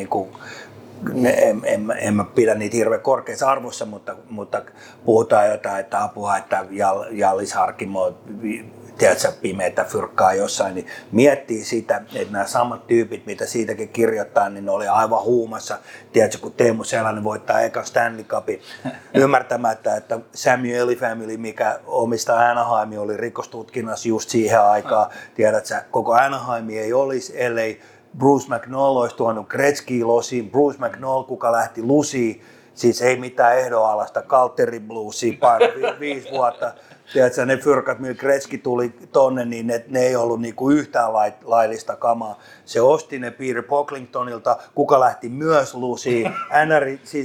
[SPEAKER 1] en mä pidä niitä hirveän korkeassa arvossa, mutta puhutaan jotain, että apua, että Jallis Harkimo, tiedätkö, pimeätä fyrkkaa jossain, niin miettii sitä, että nämä samat tyypit, mitä siitäkin kirjoittaa, niin ne oli aivan huumassa. Tiedätkö, kun Teemu Selänen voittaa ekan Stanley Cupin ymmärtämättä, että Samuel Family, mikä omistaa Anaheimia, oli rikostutkinnassa just siihen aikaan. Tiedätkö, koko Anaheim ei olisi, ellei Bruce McNall olisi tuonut Gretzky Losiin. Bruce McNall, kuka lähti Lusiin, siis ei mitään ehdonalaista Calteri Bluesia, paino 5 vuotta. Tiedätkö, ne fyrkat, millä Gretzky tuli tonne, niin ne ei ollut niinku yhtään laillista kamaa. Se osti ne Peter Pocklingtonilta, kuka lähti myös Lusiin. Siis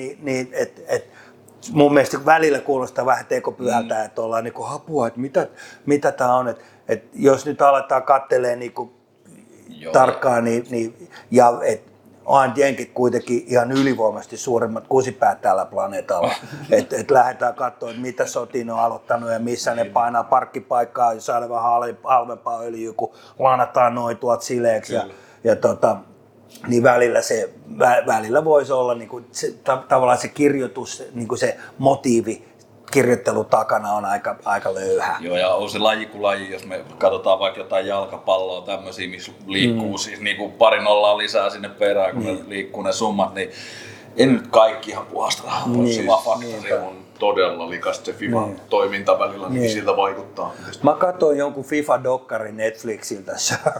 [SPEAKER 1] mun mielestä välillä kuulostaa vähän tekopyhältä, että ollaan niinku apua, että mitä tää on. Et jos nyt aletaan kattelee niinku tarkkaan, on jenkit kuitenkin ihan ylivoimaisesti suurimmat kusipäät tällä planeetalla. Et lähdetään katsomaan, että mitä sotiin on aloittanut ja missä ne painaa parkkipaikkaa ja saada vähän halvempaa öljyä, kun lanataan noin tuot sileeksi. Niin välillä voisi olla niinku tavallaan se kirjoitus, niinku se motiivi, kirjoittelu takana on aika löyhä.
[SPEAKER 2] Joo, ja on se laji kuin laji, jos me katsotaan vaikka jotain jalkapalloa, tämmöisiä, missä liikkuu siis niin kuin 2-0 lisää sinne perään, kun ne liikkuu ne summat, niin ei nyt kaikki ihan puhasta rahaa, se vaan faktori on
[SPEAKER 3] todella likasta se FIFA
[SPEAKER 1] Niin.
[SPEAKER 3] toiminta välillä, niin
[SPEAKER 1] Niin.
[SPEAKER 3] siltä vaikuttaa.
[SPEAKER 1] Mä katsoin jonkun FIFA-dokkari Netflixiltä.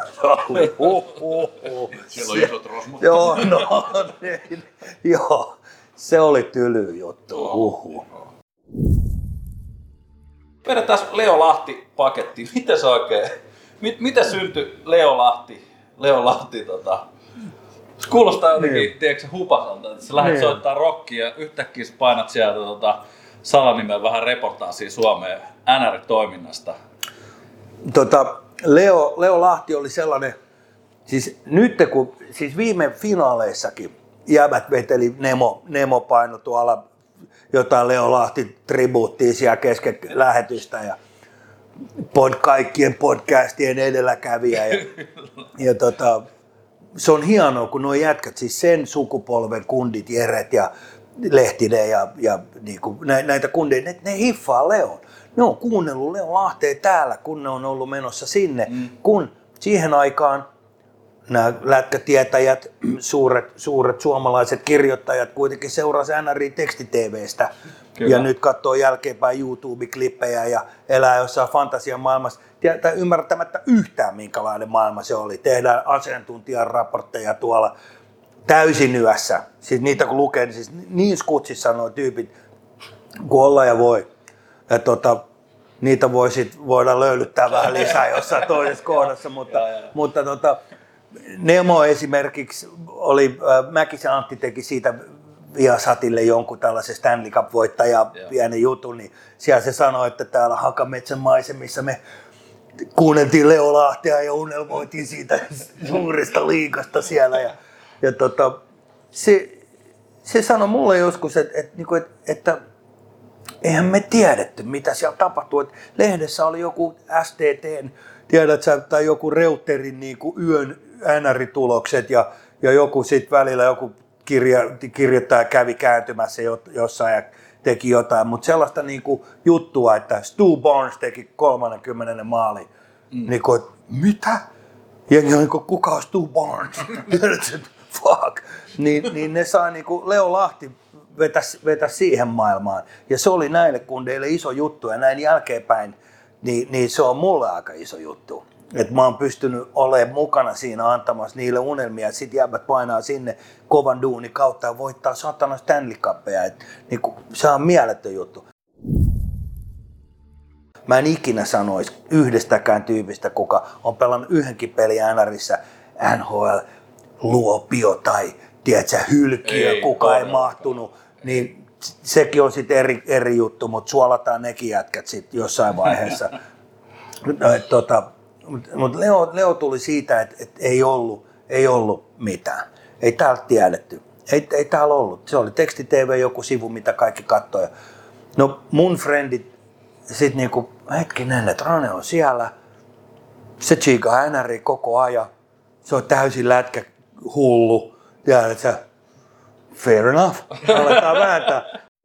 [SPEAKER 3] Siellä on isot rosmut.
[SPEAKER 1] Joo, no niin. Joo, se oli tyly juttu.
[SPEAKER 2] Vedetään Leo Lahti-paketti. Miten se oikein? Miten syntyi Leo Lahti se kuulostaa jotenkin, tiedätkö hupasalta, että sä lähdet soittaa rockia ja yhtäkkiä sä painat sieltä salanimellä vähän reportaasia Suomeen NR-toiminnasta.
[SPEAKER 1] Leo Lahti oli sellainen, siis nyt siis viime finaaleissakin jäbät veteli Nemo paino tuolla jotain Leo Lahti tribuuttia siellä kesken lähetystä ja kaikkien podcastien edelläkävijä ja se on hienoa, kun nuo jätkät, siis sen sukupolven kundit, Jeret ja Lehtinen ja niinku, näitä kundeja, ne hiffaa Leon. Ne on kuunnellut Leo Lahtea täällä, kun ne on ollut menossa sinne, kun siihen aikaan nämä lätkätietäjät, suuret suomalaiset kirjoittajat kuitenkin seurasi NRI teksti-TVstä.
[SPEAKER 2] Kyllä.
[SPEAKER 1] Ja nyt katsoo jälkeenpäin YouTube-klippejä ja elää jossain fantasian maailmassa. Tai ymmärtämättä yhtään minkälainen maailma se oli. Tehdään asiantuntijan raportteja tuolla täysin yössä. Siis niitä kun lukee, niin, siis niin skutsissa nuo tyypit kuin olla ja voi. Ja niitä voidaan löylyttää vähän lisää jossain toisessa kohdassa, mutta Nemo esimerkiksi oli, Mäkisen Antti teki siitä Viasatille jonkun tällaisen Stanley Cup-voittaja pienen jutun, niin siellä se sanoi, että täällä Hakametsän maisemissa me kuunneltiin Leo Lahtea ja unelmoitiin siitä suuresta liigasta siellä. Ja se sanoi mulle joskus, että eihän me tiedetty, mitä siellä tapahtui. Että lehdessä oli joku STT:n, tiedätkö, tai joku Reuterin niin kuin yön NR-tulokset ja joku sitten välillä joku kirjoittaja kävi kääntymässä jossain ja teki jotain, mutta sellaista niin kuin juttua, että Stu Barnes teki 30. maali. Niin kuin, mitä? Jengi on niin kuin, kuka on Stu Barnes? Fuck. Niin ne sai niin kuin Leo Lahti vetä siihen maailmaan. Ja se oli näille kundeille iso juttu ja näin jälkeenpäin, niin se on mulle aika iso juttu. Että mä oon pystynyt olemaan mukana siinä antamassa niille unelmia ja sit jäbät painaa sinne kovan duunin kautta ja voittaa satana Stanley Cupia. Niin se on mieletön juttu. Mä en ikinä sanoisi yhdestäkään tyypistä, kuka on pelannut yhdenkin pelin NRissä, NHL, Luopio tai tiedätkö, Hylkiö, kuka ei mahtunut. Niin sekin on sitten eri juttu, mutta suolataan nekin jätkät sitten jossain vaiheessa. Mutta Leo tuli siitä, että ei ollut mitään. Ei täältä tiedetty. Ei täällä ollut. Se oli teksti-TV joku sivu, mitä kaikki katsoi. No mun frendit sit niinku, hetkinen, että Rane on siellä. Se chiikaa NRI koko ajan. Se on täysin lätkä hullu. Tiedätkö? Fair enough. Aletaan vääntää.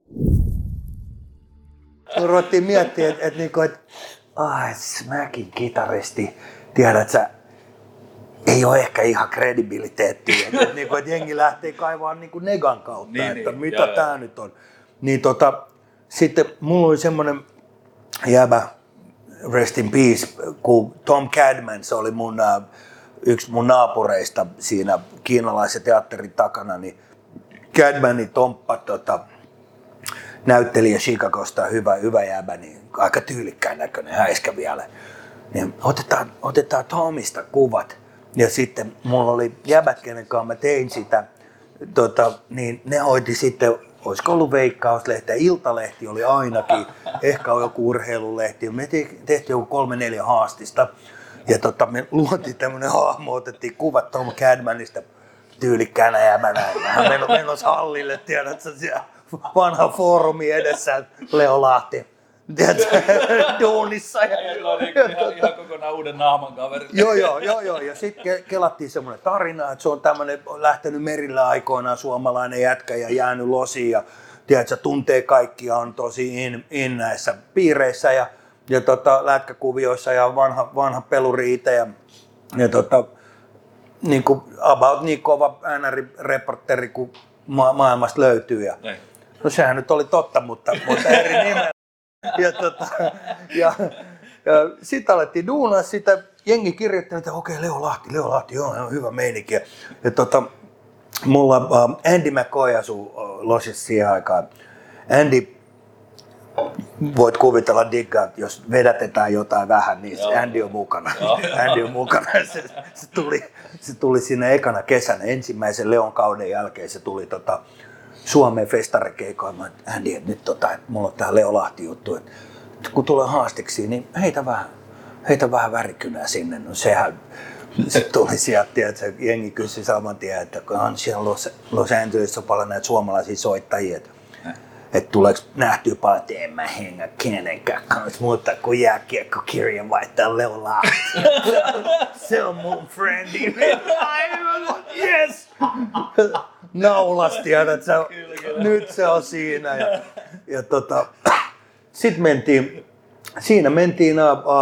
[SPEAKER 1] Ruvettiin miettiä, että Smackin kitaristi, tiedätkö, ei ole ehkä ihan kredibiliteettiä. Että jengi lähtee kaivaan negan kautta, että mitä tää nyt on. Niin sitten mulla oli semmonen jäbä, rest in peace, kun Tom Cadman, se oli yksi mun naapureista siinä kiinalaisen teatterin takana, niin Cadmanin Tomppa näyttelijä Chicagosta, hyvä jäbä, niin aika tyylikkään näköinen, häiskä vielä. Niin otetaan Tomista kuvat. Ja sitten mulla oli jäbät, kenen kanssa mä tein sitä, niin ne hoiti sitten, olisiko ollut Veikkauslehti, Iltalehti oli ainakin, ehkä on joku urheilulehti. Me tehtiin joku 3-4 haastista. Ja me luotiin tämmönen hahmo, otettiin kuvat Tom Cadmanista tyylikkäänä jäbänä. Hän menossa hallille, tiedätkö, siellä vanha foorumi edessä, Leo Lahti. Tiedätkö, duunissa.
[SPEAKER 2] Ihan kokonaan uuden naaman kaveri.
[SPEAKER 1] Joo. Ja sitten kelattiin semmoinen tarina, että se on tämmöinen lähtenyt merillä aikoinaan suomalainen jätkä ja jäänyt losiin. Ja tiedätkö, tuntee kaikkia, on tosi in näissä piireissä ja lätkäkuvioissa ja vanha peluriite. Ja niin kuin about niin kova NR-reporteri kuin maailmasta löytyy. Ja No sehän nyt oli totta, mutta eri nimellä. Ja sitten alettiin duunaa sitä. Jengi kirjoitti, että okei, Leo Lahti, joo, hyvä meininki. Ja mulla Andy McCoy asui losissa siihen aikaan. Andy, voit kuvitella diggaa, jos vedätetään jotain vähän, niin Andy on mukana. Andy on mukana. Se tuli sinne ekana kesänä, ensimmäisen Leon kauden jälkeen, se tuli Suomeen festarikeikoimaan. Andy, että nyt mulla on tää Leo Lahti juttu, että kun tulee haastiksi, niin heitä vähän värikynää sinne. No sehän se tuli sieltä, että jengi kysyi saman tien, että kun on siellä Los Angelesissa paljon näitä suomalaisia soittajia, että tuleeko nähtyä paljon, että en mä hengä kenenkään kanssa muuta kuin jääkiekkokirjan vaihtaa Leo Lahti. Se on mun friendi. Yes! Naulasti, että nyt se on siinä. Ja sitten mentiin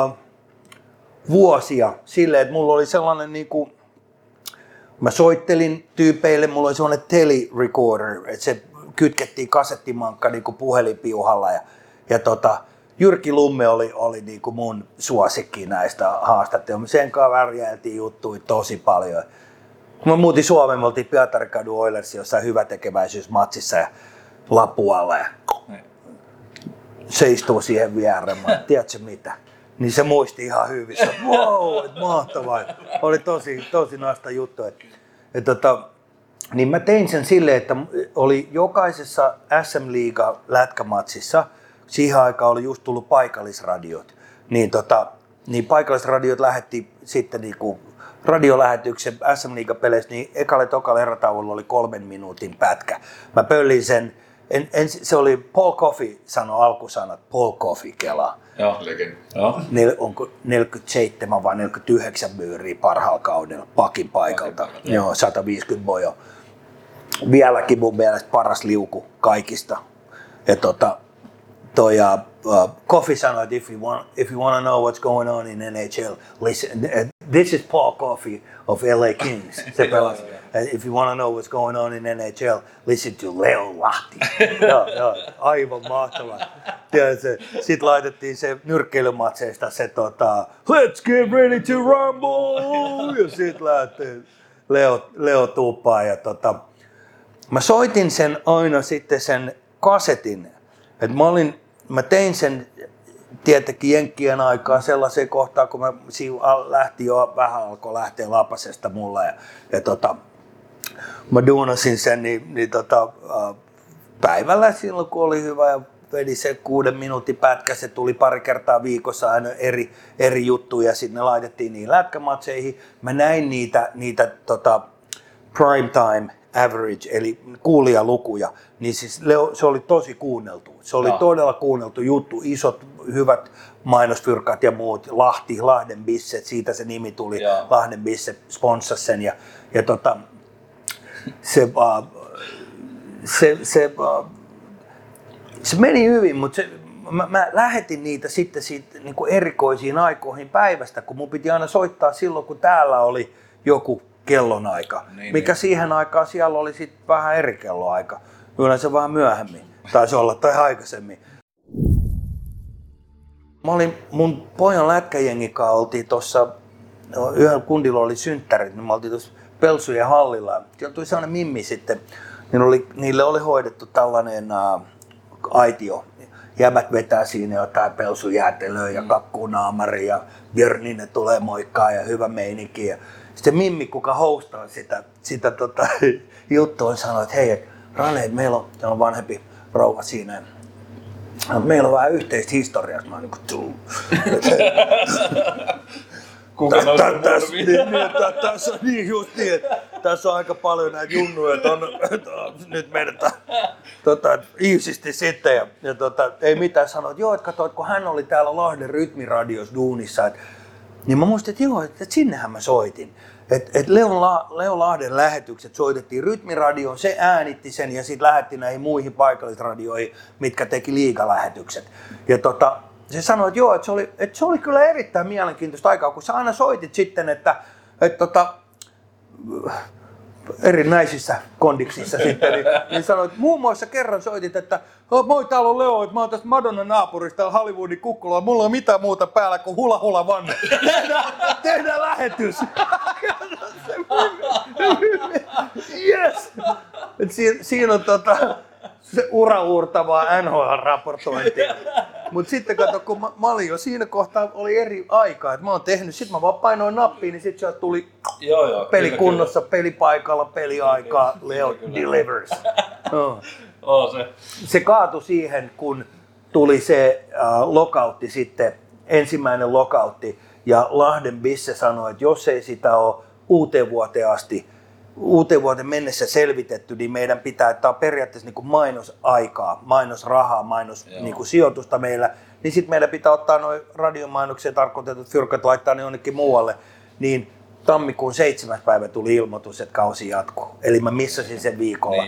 [SPEAKER 1] vuosia silleen, että mulla oli sellainen mä soittelin tyypeille, mulla oli sellainen telerecorder, että se kytkettiin kasettimankka puhelinpiuhalla ja Jyrki Lumme oli mun suosikki näistä haastatteluista. Sen kanssa värjäiltiin juttuja tosi paljon. Kun mä muutin Suomeen, me oltiin Pietarin Oilersissa jossain hyvätekeväisyysmatsissa ja Lapualla ja se istuu siihen viereen. Tiedätkö mitä? Niin se muisti ihan hyvin. Wow, mahtavaa. Oli tosi naista juttu. Niin mä tein sen silleen, että oli jokaisessa SM-liiga lätkämatsissa, siihen aikaan oli just tullut paikallisradiot, niin paikallisradiot lähetti sitten radiolähetyksen SM-liigapeleissä, niin tokalle erätauolla oli 3 minuutin pätkä. Mä pöllin sen, se oli Paul Coffey sanoi alkusanat, Paul Coffey kelaa.
[SPEAKER 2] Joo,
[SPEAKER 3] Joo.
[SPEAKER 1] Onko 47 vai 49 myyriä parhaalla kaudella pakin paikalta. Joo, 150 bojo. Vieläkin mun mielestä paras liuku kaikista. Ja Coffey sanoi, että if you want to know what's going on in NHL, listen. This is Paul Coffey of LA Kings. Se pelasi. If you want to know what's going on in NHL, listen to Leo Lahti. Joo, aivan mahtavaa. Sitten laitettiin se nyrkkeilymatseista se let's get ready to rumble! Ja sitten lähti Leo tuuppaa. Ja mä soitin sen aina sitten sen kasetin. Et mä tein sen tietenkin jenkkien aikaa sellaiseen kohtaan, kun mä lähti jo vähän alkoi lähteä lapasesta mulla ja mä duunasin sen päivällä silloin kun oli hyvä ja vedi se 6 minuutin pätkä, se tuli pari kertaa viikossa aina eri juttuja ja sitten ne laitettiin niihin lätkämatseihin. Mä näin niitä prime time average eli kuulijalukuja, niin siis se oli tosi kuunneltu. Se oli todella kuunneltu juttu, isot hyvät mainosfyrkat ja muut, Lahden Bisset, siitä se nimi tuli, Lahden Bisset sponssasi sen ja se meni hyvin, mutta mä lähetin niitä sitten siitä, niin kuin erikoisiin aikoihin päivästä, kun mun piti aina soittaa silloin, kun täällä oli joku kellonaika, mikä siihen aikaan siellä oli sitten vähän eri kelloaika, yleensä vähän myöhemmin, taisi olla tai aikaisemmin. Mä olin mun pojan lätkäjengin kanssa, oltiin tuossa, yhdellä kundilla oli synttärit, niin me oltiin tuossa Pelsujen hallilla. Siellä tuli sellainen mimmi sitten, niille oli hoidettu tällainen aitio. Jäbät vetää siinä jotain pelsujäätelöä ja kakkunaamari ja Björninen tulee moikkaa ja hyvä meininki. Ja sitten mimmi, kuka hostaa sitä juttua, sanoi, että hei, Rane, meillä on vanhempi rouva siinä. Meillä on vähän yhteistä historiaa. Mä oon tässä on niin justiin, että tässä on aika paljon näitä junnuja, että nyt meidän iisisti sitten. Ja ei mitään sanoa, että joo, että katsoit, kun hän oli täällä Lahden rytmiradios duunissa, niin mä muistin, että joo, että sinnehän mä soitin. Että Leo Lahden lähetykset soitettiin rytmiradioon, se äänitti sen ja sitten lähetti näihin muihin paikallisradioihin, mitkä teki liigalähetykset. Ja se sanoi, että joo, että se oli kyllä erittäin mielenkiintoista aikaa, kun sä aina soitit sitten, että erinäisissä kondiksissa sitten, niin sanoit, muun muassa kerran soitit, että moi, täällä on Leo, että mä oon tästä Madonnan naapurista täällä Hollywoodin kukkulolla, mulla ei ole mitään muuta päällä kuin hula vanne. Tehdään lähetys! Yes! Siinä on se ura-uurtavaa NHL-raportointia. Mutta sitten kato, kun mä olin jo siinä kohtaa, oli eri aikaa, että mä oon tehnyt, sit mä vaan painoin nappiin, niin sit sieltä tuli peli kunnossa, pelipaikalla, peliaikaa, Leo delivers. Se kaatui siihen, kun tuli se lockoutti sitten, ensimmäinen lockoutti, ja Lahden Bisse sanoi, että jos ei sitä ole uuteen vuoteen mennessä selvitetty, niin meidän pitää, että on periaatteessa niin kuin mainosaikaa, mainosrahaa, niin kuin sijoitusta meillä, niin sitten meillä pitää ottaa nuo radiomainokseen tarkoitetut fyrkat, laittaa ne jonnekin muualle, niin tammikuun 7. päivä tuli ilmoitus, että kausi jatkuu. Eli mä missasin sen viikolla.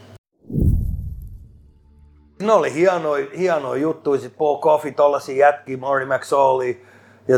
[SPEAKER 1] Ne oli hienoja juttuja, sit Paul Coffey, tollasia jätkiä, Maury McSorley ja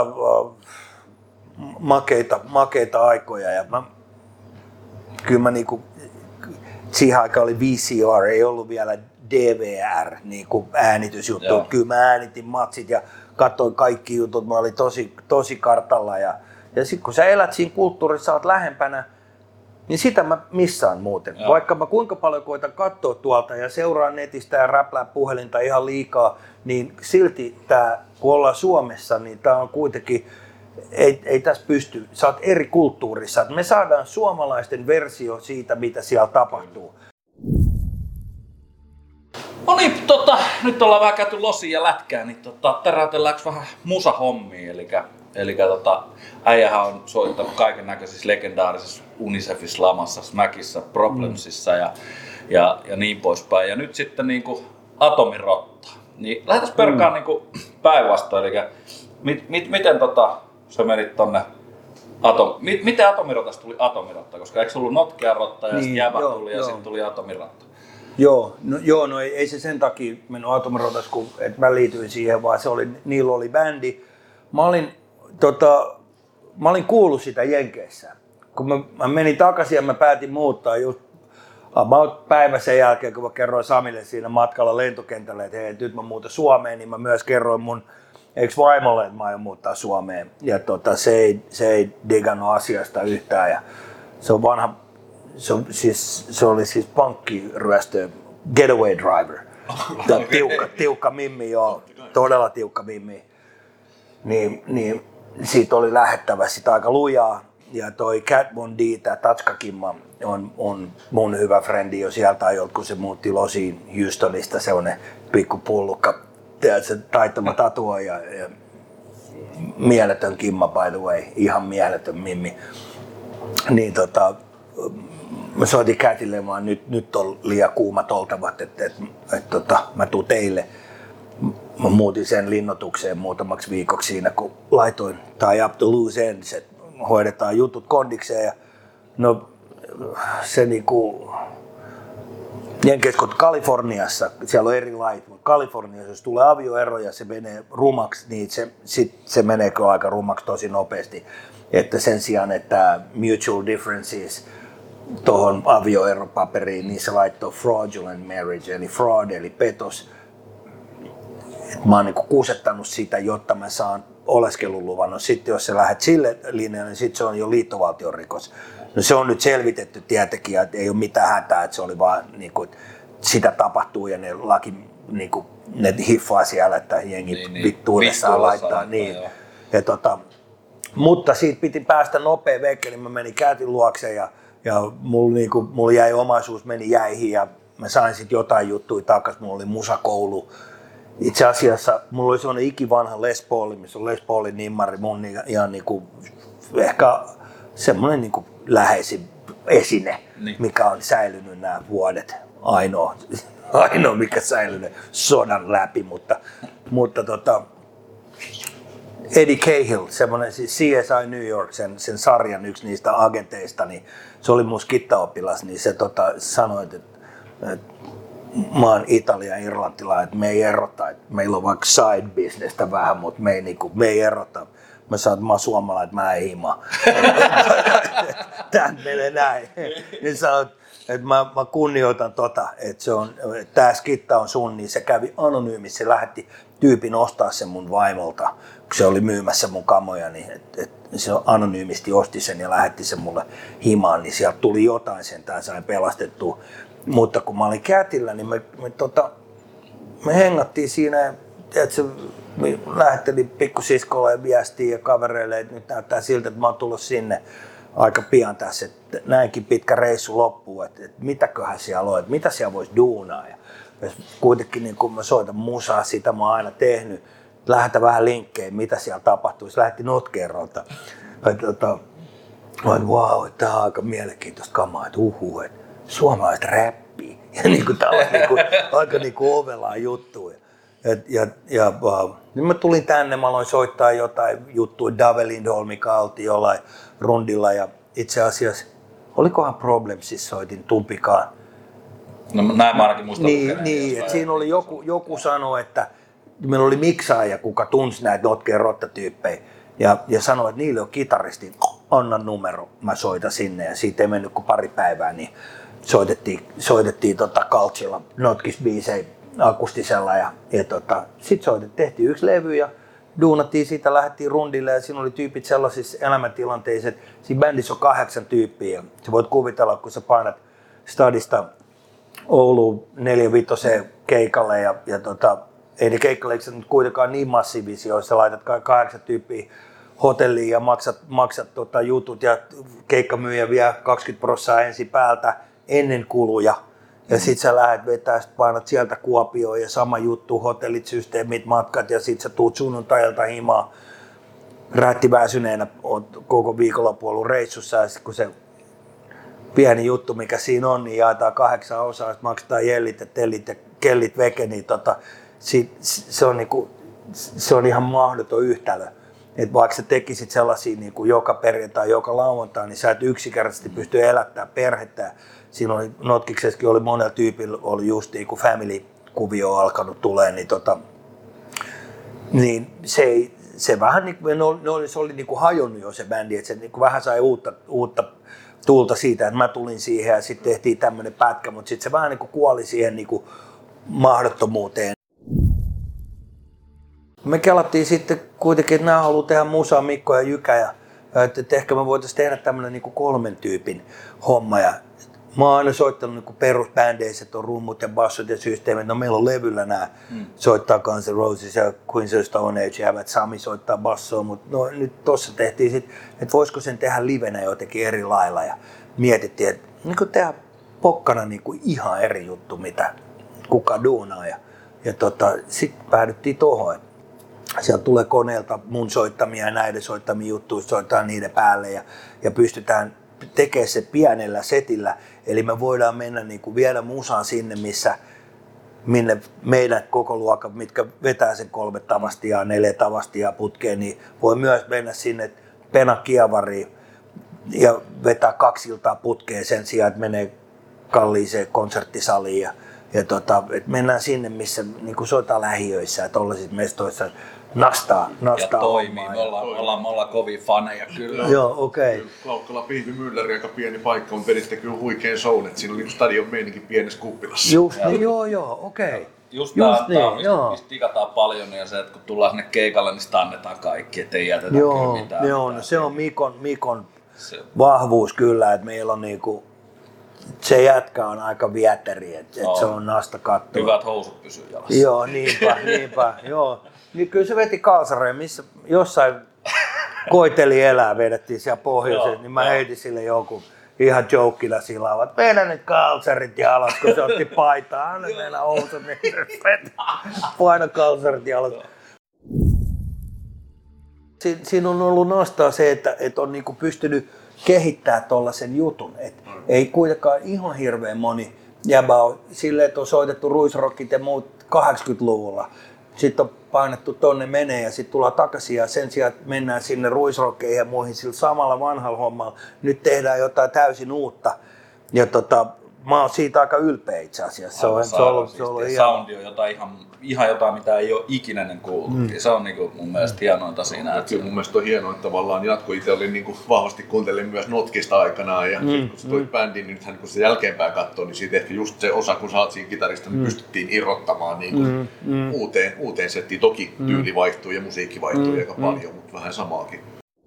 [SPEAKER 1] makeita aikoja. Ja kyllä mä niinku, siihen aikaan oli VCR, ei ollut vielä DVR niinku äänitysjuttu. Joo. Kyllä mä äänitin matsit ja katsoin kaikki jutut, mä olin tosi kartalla. Ja sit kun sä elät siinä kulttuurissa, oot lähempänä, niin sitä mä missään muuten. Joo. Vaikka mä kuinka paljon koitan katsoa tuolta ja seuraan netistä ja räplää puhelinta ihan liikaa, niin silti kun ollaan Suomessa, niin tää on kuitenkin, ei tässä pysty, sä oot eri kulttuurissa. Me saadaan suomalaisten versio siitä, mitä siellä tapahtuu.
[SPEAKER 2] No niin, nyt ollaan vähän käyty losia ja lätkää, niin täräytelläänkö vähän musahommiin, eli äijähän on soittanut kaiken näköisissä legendaarisissa Unicefissa, Lamassa, Smackissa, Problemsissa ja niin poispäin. Ja nyt sitten niinku Atomirotta. Niin lähdetään perkaan niinku päinvastoin, eli miten sä menit tonne miten Atomirotasta tuli Atomirotta, koska eikö se ollut Notkea-rotta ja niin, sitten Jävä tuli ja sitten tuli Atomirotta?
[SPEAKER 1] No ei se sen takia mennyt Atomirotas, kun et mä liityin siihen, vaan niillä oli bändi. Mä olin kuullut sitä Jenkeissä. Kun mä menin takaisin ja mä päätin muuttaa just about päivä sen jälkeen, kun mä kerroin Samille siinä matkalla lentokentälle, että hei, nyt mä muutan Suomeen, niin mä myös kerroin mun ex-vaimolle, että mä aion muuttaa Suomeen. Ja se ei digannut asiasta yhtään. Ja se on vanha, se oli siis pankkiryöstö, getaway driver. Tiukka mimmi, joo, todella tiukka mimmi. Niin siitä oli lähettävä sitä aika lujaa. Ja toi Cat Von D, tää Tatskakimma, on mun hyvä frendi jo sieltä ajolta, kun se muutti Losiin Houstonista, semmonen pikku pullukka, se taittama tatuoija ja mieletön kimma by the way, ihan mieletön mimmi. Niin mä soitin Catille vaan nyt on liian kuumat oltavat, että mä tuun teille. Mä muutin sen linnoitukseen muutamaksi viikoksi siinä, kun laitoin Tie Up to Loose Ends, että hoidetaan jutut kondikseen. Ja no se niinku Jenkeissä, kun Kaliforniassa, siellä on eri lait, mutta Kaliforniassa jos tulee avioero ja se menee rumaksi, niin se meneekö aika rumaksi tosi nopeasti. Että sen sijaan, että mutual differences tuohon avioeropaperiin, niin se laittoi fraudulent marriage, eli fraud, eli petos. Mä oon niinku kusettanut sitä, jotta mä saan oleskeluluvan. No sitten jos sä lähdet sille linjalle, niin sitten se on jo liittovaltion rikos. No se on nyt selvitetty tietenkin, että ei ole mitään hätää, että se oli vaan niinku, että sitä tapahtuu ja ne laki niinku, ne hiffaa siellä, että jengi vittuudessaan laittaa. Niin. Ja mutta siitä piti päästä nopea veke, niin mä menin Kätin luokse ja mulla jäi omaisuus, meni jäihin ja mä sain sitten jotain juttuja takas. Mulla oli musakoulu. Itse asiassa mulla oli semmoinen ikivanha Les Paul, missä on Les Paulin nimmari, mun ihan niinku, ehkä semmoinen niinku läheisin esine, mikä on säilynyt nämä vuodet. Ainoa mikä säilynyt sodan läpi, mutta Eddie Cahill, semmoinen siis CSI New York, sen sarjan yksi niistä agenteista, niin se oli mun skittaoppilas, niin se sanoi, että mä oon Italia ja irlantilainen, että me ei erota, että meillä on vaikka side businessta vähän, mutta me ei erota. Mä sanoin, että mä oon suomalainen, että mä en himaa. Tää menee näin. Niin sanoin, että mä kunnioitan että tää skitta on sun, niin se kävi anonyymissä. Se lähetti tyypin ostaa sen mun vaimolta, kun se oli myymässä mun kamoja, niin se anonyymisti osti sen ja lähetti sen mulle himaan, niin sieltä tuli jotain sentään, sain pelastettua. Mutta kun mä olin kätillä, niin me hengattiin siinä ja lähettelin pikkusiskolle ja viestiä ja kavereille, että nyt näyttää siltä, että mä oon tullut sinne aika pian tässä, että näinkin pitkä reissu loppuu, että mitäköhän siellä on, että mitä siellä voisi duunaa. Ja kuitenkin niin kun mä soitan musaa, sitä mä oon aina tehnyt, lähetän vähän linkkejä, mitä siellä tapahtuu. Se lähetti Notkerolta. Wow, tää on aika mielenkiintoista kamaa, että että suomalaiset räppii. Ja tää on aika ovelaa juttuja. Niin mä tulin tänne, mä aloin soittaa jotain juttuja, Dave Lindholm, mikä oltiin jollain rundilla ja itse asiassa, olikohan Problemsissa soitin Tupikaan.
[SPEAKER 2] No näin mä ainakin muistan.
[SPEAKER 1] Niin että siinä oli joku sanoi, että meillä oli miksaaja, kuka tunsi näitä Notken Rotta-tyyppejä ja sanoi, että niille on kitaristi, anna numero, mä soitan sinne ja siitä ei mennyt kuin pari päivää, niin soitettiin Kaltsilla Notkis-biisejä akustisella ja sitten tehtiin yksi levy ja duunattiin siitä, lähdettiin rundille ja siinä oli tyypit sellaisissa elämäntilanteissa, että siinä bändissä on 8 tyyppiä ja sä voit kuvitella, kun sä painat Stadista Ouluun 4-5 keikalle ja ei ne keikkaleiksät nyt kuitenkaan niin massiivisia, jos sä laitat 8 tyyppiä hotelliin ja maksat jutut ja keikkamyyjä vie 20% ensin päältä ennen kuluja. Ja sit sä lähdet vetää, sit painat sieltä Kuopioon ja sama juttu, hotellit, systeemit, matkat ja sit sä tuut sunnuntailta himaan rättiväsyneenä, oot koko viikonloppu ollut reissussa ja sit kun se pieni juttu mikä siinä on, niin jaetaan 8 osaa, sit maksetaan jellit ja tellit ja kellit veke, niin se on ihan mahdoton yhtälö. Et vaikka sä tekisit sellaisia niin kuin joka perjantai, joka lauantai, niin sä et yksinkertaisesti pysty elättämään perhettä. Siinä oli Notkiksessakin oli monella tyypillä oli justiin, kun family-kuvio on alkanut tulee, niin se vähän niin kuin, se oli niin kuin hajonnut jo se bändi, että se niin kuin vähän sai uutta tulta siitä, että mä tulin siihen ja sitten tehtiin tämmöinen pätkä, mutta sitten se vähän niin kuin kuoli siihen niin kuin mahdottomuuteen. Me kelattiin sitten kuitenkin, että nämä haluaa tehdä musaa, Mikko ja Jykä, ja että ehkä me voitaisiin tehdä tämmöinen niin kuin 3 tyypin homma. Ja mä oon aina soittanut niin kuin perusbändeissä, että on rummut ja bassot ja systeemit. No meillä on levyllä nämä, soittaa Guns N' Roses ja Queens of Stone Age ja Sami soittaa bassoa, mutta no, nyt tossa tehtiin sitten, että voisiko sen tehdä livenä jotenkin eri lailla. Ja mietittiin, että niin kuin tehdä pokkana niin kuin ihan eri juttu, mitä kuka duunaa. Ja sitten päädyttiin tohon. Sieltä tulee koneelta mun soittamia ja näiden soittamia juttuja, soittaa niiden päälle ja pystytään tekemään se pienellä setillä. Eli me voidaan mennä niin kuin viedä musaan sinne, minne meidän koko luokat, mitkä vetää sen 3 tavastiaa, 4 tavastiaa putkeen, niin voi myös mennä sinne Pena-Kiavariin ja vetää 2 iltaa putkeen sen sijaan, että menee kalliiseen konserttisaliin. Ja että mennään sinne, missä niin soitaan lähiöissä ja tollaisissa mestoissa nastaa
[SPEAKER 2] ja toimii. Me ollaan kovin faneja kyllä.
[SPEAKER 1] Joo, okei. Okay.
[SPEAKER 3] Klaukkala Pihvi Mylläri, aika pieni paikka, on peditte kyllä huikean shown, että siinä oli stadion meininki pienessä kuppilassa.
[SPEAKER 1] Just niin, joo, okei. Okay.
[SPEAKER 2] Just tämä, mistä digataan paljon, ja se, että kun tullaan sinne keikalle, niin sitä annetaan kaikki, ettei jätetä kyllä mitään.
[SPEAKER 1] Joo, no se on Mikon vahvuus kyllä, että meillä on niinku se jätkä on aika vietäri, että se on nasta kattoa.
[SPEAKER 2] Hyvät housut pysyy jalassa.
[SPEAKER 1] Joo, niinpä, joo. Niin kyllä se veti kalsareen, missä jossain koiteli elää, vedettiin siellä pohjoisessa, niin mä heitin sille joku ihan jokina sillä että vedä nyt kalsarit jalas, kun se otti paitaa, anna meillä housut, niin paina kalsarit jalas. Siinä on ollut nostaa se, että on niinku pystynyt kehittämään tuollaisen jutun. Ei kuitenkaan ihan hirveän moni jäbä ole silleen, että on soitettu ruisrockit ja muut 80-luvulla. Sitten on painettu tonne menee ja sitten tullaan takaisin ja sen sijaan mennään sinne ruisrockeihin ja muihin sillä samalla vanhalla hommalla. Nyt tehdään jotain täysin uutta. Ja mä oon siitä aika ylpeä itse asiassa. Se on ollut
[SPEAKER 2] soundi on ihan jotain, mitä ei ole ikinä ennen kuullut. Se on niinku mun mielestä hienointa siinä.
[SPEAKER 3] Kyllä mun mielestä on hienoa, että tavallaan jatko itse oli niinku vahvasti kuuntelin myös Notkista aikanaan ja kun se tuli bändiin, niin nythän kun se jälkeenpäin katsoo, niin siitä ehkä just se osa, kun sä oot siinä kitarista, niin pystyttiin irrottamaan niinku uuteen settiin. Toki tyyli vaihtuu ja musiikki vaihtuu aika paljon, mutta vähän samaakin.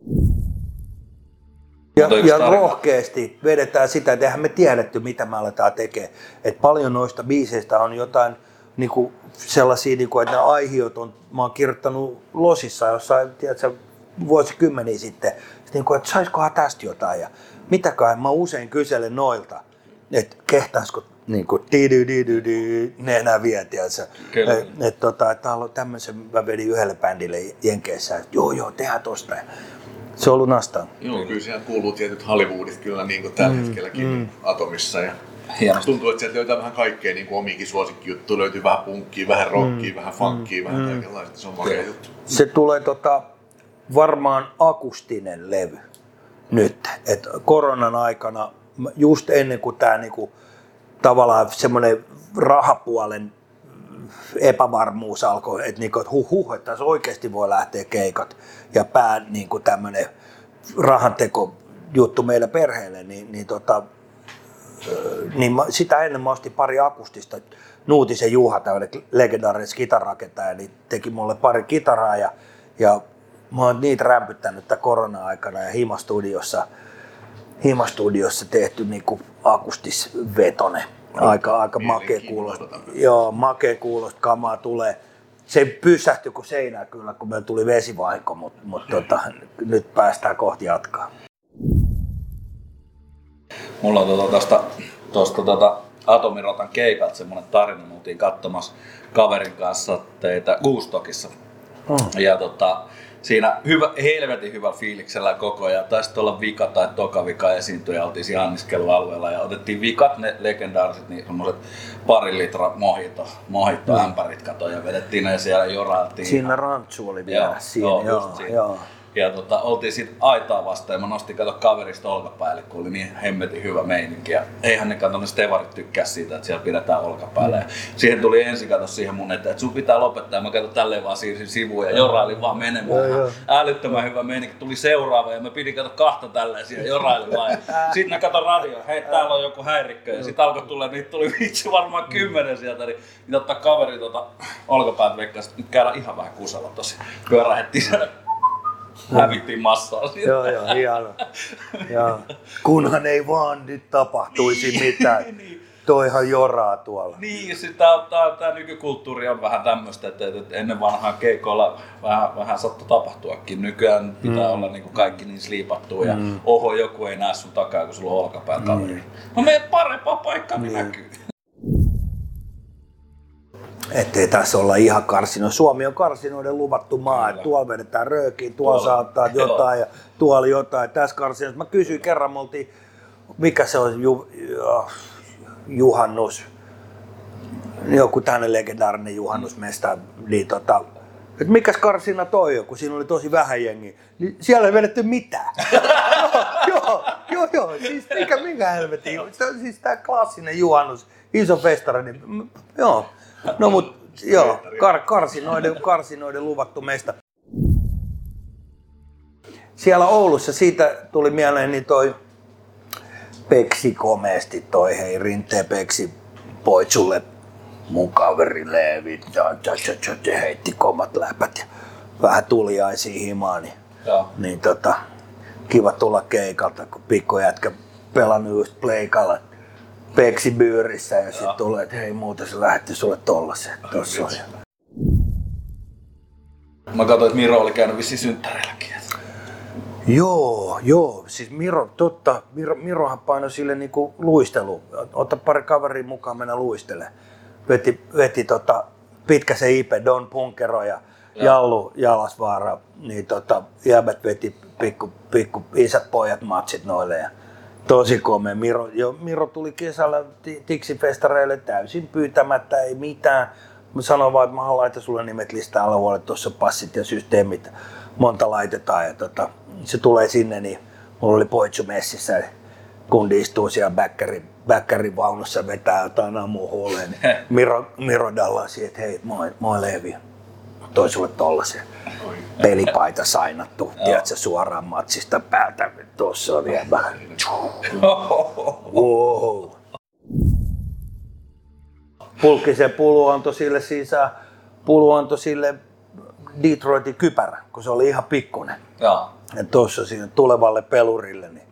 [SPEAKER 1] Ja rohkeasti vedetään sitä, että eihän me tiedetty mitä me aletaan tekemään. Et paljon noista biiseistä on jotain niinku sellaisia, niinku, että ne aihiot on, mä oon kirjoittanut Losissa jossain, tiedätkö, vuosikymmeniä sitten, niinku, että saiskohan tästä jotain ja mitäkään, mä usein kyselen noilta, että kehtaisiko niinku ne enää vie, tiedätkö. Että täällä on tämmöisen, mä vedin yhdelle bändille Jenkeissä, että joo, tehdään tosta. Se on ollut nastaan.
[SPEAKER 3] Joo, kyllä siellä kuuluu tietyt Hollywoodit kyllä niin kuin tällä hetkelläkin Atomissa. Ja tuntuu, että sieltä löytää vähän kaikkea niin kuin omiinkin suosikkijuttuja. Löytyy vähän punkkia, vähän rockia, vähän funkia, vähän kaikenlaista. Se on makea juttu.
[SPEAKER 1] Se tulee varmaan akustinen levy nyt. Et koronan aikana, just ennen kuin tämä niinku, tavallaan semmoinen rahapuolen epävarmuus alkoi, että niinku, että tässä oikeasti voi lähteä keikat ja niinku tämmöinen rahanteko juttu meillä perheelle, niin sitä ennen mä ostin pari akustista. Nuutisen Juha, tämmöinen legendaarinen kitarakentaja, niin teki mulle pari kitaraa ja mä oon niitä rämpyttänyt tämän korona-aikana ja Himastudiossa tehty niinku akustisvetone. Aika makea kuulosta. Joo, makea kuulosta kamaa tulee. Se pysähtyi kuin seinään kyllä, kun meillä tuli vesivahinko, mutta nyt päästään kohti jatkaa.
[SPEAKER 2] Mulla on tuosta Atomirotan keikalta semmoinen tarina, me oltiin katsomassa kaverin kanssa teitä Goostokissa. Ja siinä helvetin hyvä fiiliksellä koko ajan. Taisi olla vika tai toka vika esiintyjä, oltiin siinä anniskelualueella ja otettiin vikat, ne legendaariset, niin semmoset 2 litraa mojito-ämpärit katoin ja vedettiin ne siellä jorailtiin.
[SPEAKER 1] Siinä rantsu oli vielä
[SPEAKER 2] Joo. Ja oltiin sit aitaa vastaan ja mä nostin kaverista olkapäälle, kun oli niin hemmetin hyvä meininki. Ja eihän ne ne stevarit tykkää siitä, että siellä pidetään olkapäällä. Ja siihen tuli ensin siihen mun eteen, että sun pitää lopettaa. Ja mä tälleen vaan siirsin sivuun ja jorailin vaan menemään. Älyttömän hyvä meininki. Tuli seuraava ja mä pidin kahta tälleen siellä jorailin vaan. Sitten ne kato radio, hei täällä on joku häirikkö. Ja sit alkoi tulla, niitä tuli vitsi varmaan 10 sieltä. Niin ottaa kaveri olkapäät veikkaa, nyt käydään ihan vähän kusella tosi. Pyörähettiin siellä. Hävittiin massaa siitä.
[SPEAKER 1] Joo, hieno. Kunhan ei vaan nyt tapahtuisi mitään. Toihan joraa tuolla.
[SPEAKER 2] Niin, tämä nykykulttuuri on vähän tämmöistä, että ennen vanhaa keikoilla vähän saattoi tapahtuakin. Nykyään pitää olla niin kuin kaikki niin sliipattua ja oho, joku ei näe sun takaa, kun sulla on olkapään kaveri. No meidän parempaa paikkaa näkyy.
[SPEAKER 1] Ettei tässä olla ihan karsino. Suomi on karsinoiden luvattu maa. Tuolla vedetään röökiä, tuolla saattaa jotain ja tuolla jotain. Tässä karsinoissa. Mä kysyin kerran, mikä se on juhannus, joku tämmöinen legendaarinen juhannusmesta. Niin että mikäs karsina toi on, kun siinä oli tosi vähän jengiä. Niin siellä ei vedetty mitään. Joo. Siis mikä helvetin. Siis tää klassinen juhannus, iso festari, niin joo. No mut joo, karsinoiden luvattu mesta. Siellä Oulussa siitä tuli mieleen niin toi Peksi komeasti hei Rinteen Peksi Poitsulle mun kaveri Leevi heitti komat läpät ja vähän tuliaisia himaan niin kiva tulla keikalta kun pikkujätkä pelannut just pleikalla Peksi byyrissä ja sit tulee, että hei muuten se lähetti sulle tollasen. Tossa on.
[SPEAKER 2] Mä katsoin, että Miro oli käynyt vissiin synttäreilläkin.
[SPEAKER 1] Joo. Siis Mirohan painoi sille niinku luistelu. Ota pari kaveria mukaan mennä luistelemaan. Veti pitkäsen Ipe, Don Punkero ja Jallu Jalasvaara. Niin jäbät veti pikku isät pojat matsit noille. Ja tosi komea. Miro tuli kesällä Tiksi-festareille täysin pyytämättä, ei mitään. Mä sanoin vaan, että mä laitan sulle nimet listaan alle huolet, tuossa passit ja systeemit, monta laitetaan. Ja se tulee sinne, niin mulla oli Poitsu messissä, kundi istuu siellä Väkkärin vaunussa vetää jotain aamuhuoleen. Miro Dallasi, että hei, mä oon Leevi. Toi sulle tollasen pelipaita sainattu, tiedätkö, suoraan matsista päältä. Tuossa on vielä vähän. Wow. Pulkkisen Pulu antoi sille sisään. Pulu antoi sille Detroitin kypärä, kun se oli ihan pikkunen.
[SPEAKER 2] Joo.
[SPEAKER 1] Ja tuossa siinä tulevalle pelurille. Niin.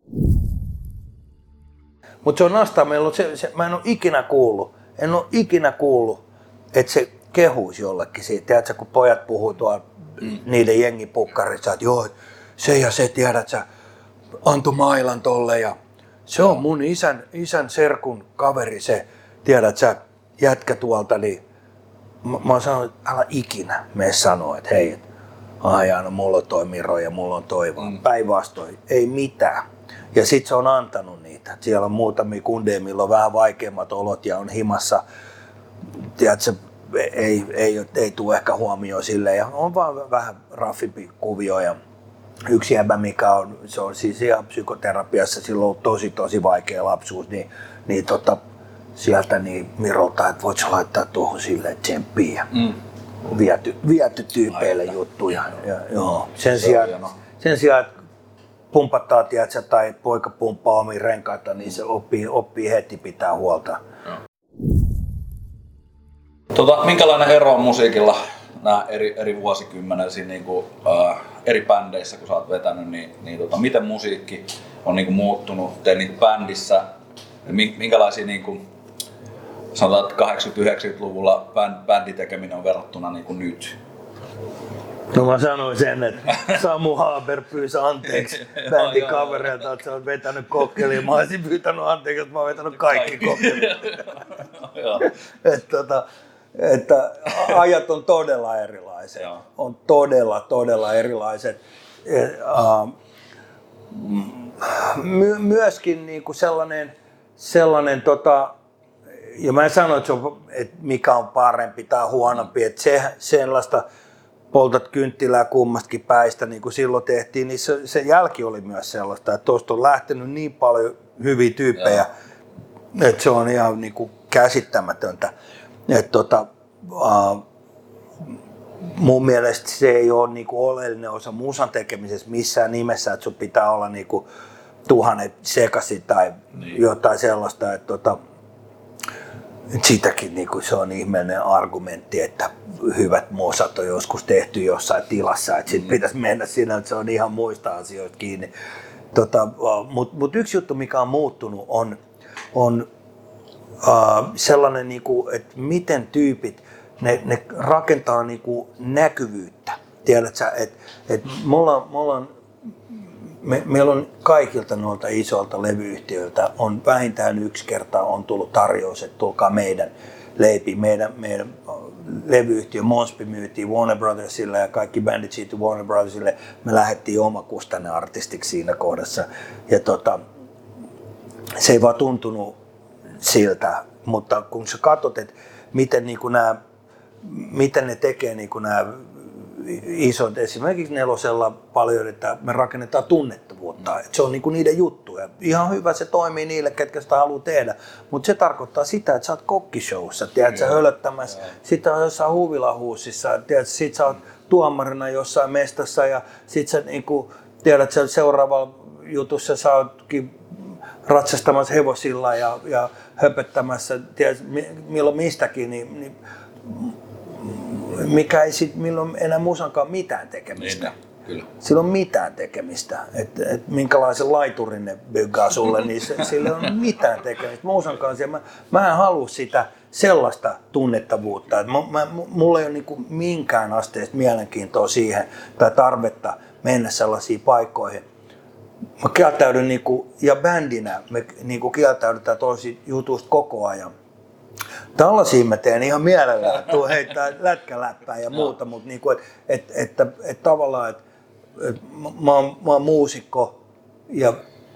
[SPEAKER 1] Mutta se on nastaa, mä en ole ikinä kuullut, että se kehuisi jollekin siitä. Tiedätkö, kun pojat puhuu tuolla niiden jengipukkarissa, että joo, se ja se, tiedät sä, antoi mailan tolle ja se on mun isän serkun kaveri se, tiedät sä, jätkä tuolta, niin mä oon sanonut, että älä ikinä mene sanoa, että hei, no mulla on toi Miro ja mulla on toi vaan. Päinvastoin, ei mitään. Ja sit se on antanut niitä. Siellä on muutamia kundeja, millä on vähän vaikeammat olot ja on himassa, tiedätkö, ei tule ehkä huomioon silleen ja on vaan vähän raffimpi kuvio ja yksi jäbä, se on siis ihan psykoterapiassa, sillä on tosi vaikea lapsuus, niin sieltä niin Mirolta, että voit sä laittaa tuohon silleen tsemppiä ja viety tyypeille juttuja. Ja, joo. Sen sijaan, että pumpattaa, tiedätkö, tai poika pumppaa omiin renkaita, niin se oppii heti pitää huolta.
[SPEAKER 2] Minkälainen ero on musiikilla nämä eri vuosikymmenellä niinku, eri bändeissä, kun sä oot vetänyt, niin miten musiikki on niinku muuttunut teidän niinku bändissä? Minkälaisia niinku, sanotaan, että 80-90-luvulla bänditekeminen on verrattuna niinku nyt?
[SPEAKER 1] No mä sanoin sen, että Samu Haber pyysi anteeksi bändikavereilta, että sä oot vetänyt kokkelia. Mä olisin pyytänyt anteeksi, että mä oon vetänyt kaikki kokkelia. Että ajat on todella erilaiset. On todella erilaiset. Myöskin niinku sellainen ja mä en sano, että mikä on parempi tai huonompi, että sellaista poltat kynttilää kummastakin päistä, niin kuin silloin tehtiin, niin se jälki oli myös sellaista, että tuosta on lähtenyt niin paljon hyviä tyyppejä, että se on ihan niin kuin käsittämätöntä. Että mun mielestä se ei ole niin kuin oleellinen osa musan tekemisessä missään nimessä, että sun pitää olla niin kuin 1000 sekaisin tai jotain sellaista, että sitäkin niin kuin se on ihmeellinen argumentti, että hyvät musat on joskus tehty jossain tilassa, että sitten pitäisi mennä siinä, että se on ihan muista asioista kiinni. Mutta yksi juttu, mikä on muuttunut, on sellainen, niin kuin, että miten tyypit, ne rakentaa niin kuin näkyvyyttä. Tiedätkö, että meillä on kaikilta noilta isoilta levyyhtiöiltä on vähintään yksi kerta on tullut tarjous, että tulkaa meidän leipiin. Meidän levyyhtiö Monspi myytiin Warner Brothersille ja kaikki bändit siirtyi Warner Brothersille. Me lähdettiin omakustanneartistiksi siinä kohdassa. Ja se ei vaan tuntunut siltä, mutta kun sä katsot, että miten ne tekee nämä isot, esimerkiksi Nelosella paljon, että me rakennetaan tunnettavuutta, että se on niiden juttuja. Ihan hyvä se toimii niille, ketkä sitä haluaa tehdä, mutta se tarkoittaa sitä, että sä oot kokkishowssa, tiedät sä hölöttämässä, sit oot jossain huvilahuusissa, tiedät sit sä oot tuomarina jossain mestassa ja sit sä tiedät sä seuraavalla jutussa sä ootkin ratsastamassa hevosilla ja höpöttämässä, tiedät milloin mistäkin, niin mikä ei sit milloin enää musankaan mitään tekemistä.
[SPEAKER 2] Kyllä.
[SPEAKER 1] Sillä on mitään tekemistä. Et minkälaisen laiturin ne byggaa sulle, niin sillä on mitään tekemistä musan kanssa. Mä en halua sitä sellaista tunnettavuutta. Mulla ei ole niinku minkään asteista mielenkiintoa siihen tai tarvetta mennä sellaisiin paikkoihin. Mä kieltäydyn ja bändinä me kieltäydytään tosi jutusta koko ajan. Tällaisia mä teen ihan mielellään, tuu heittää lätkäläppää ja muuta, mutta että tavallaan, että mä oon muusikko ja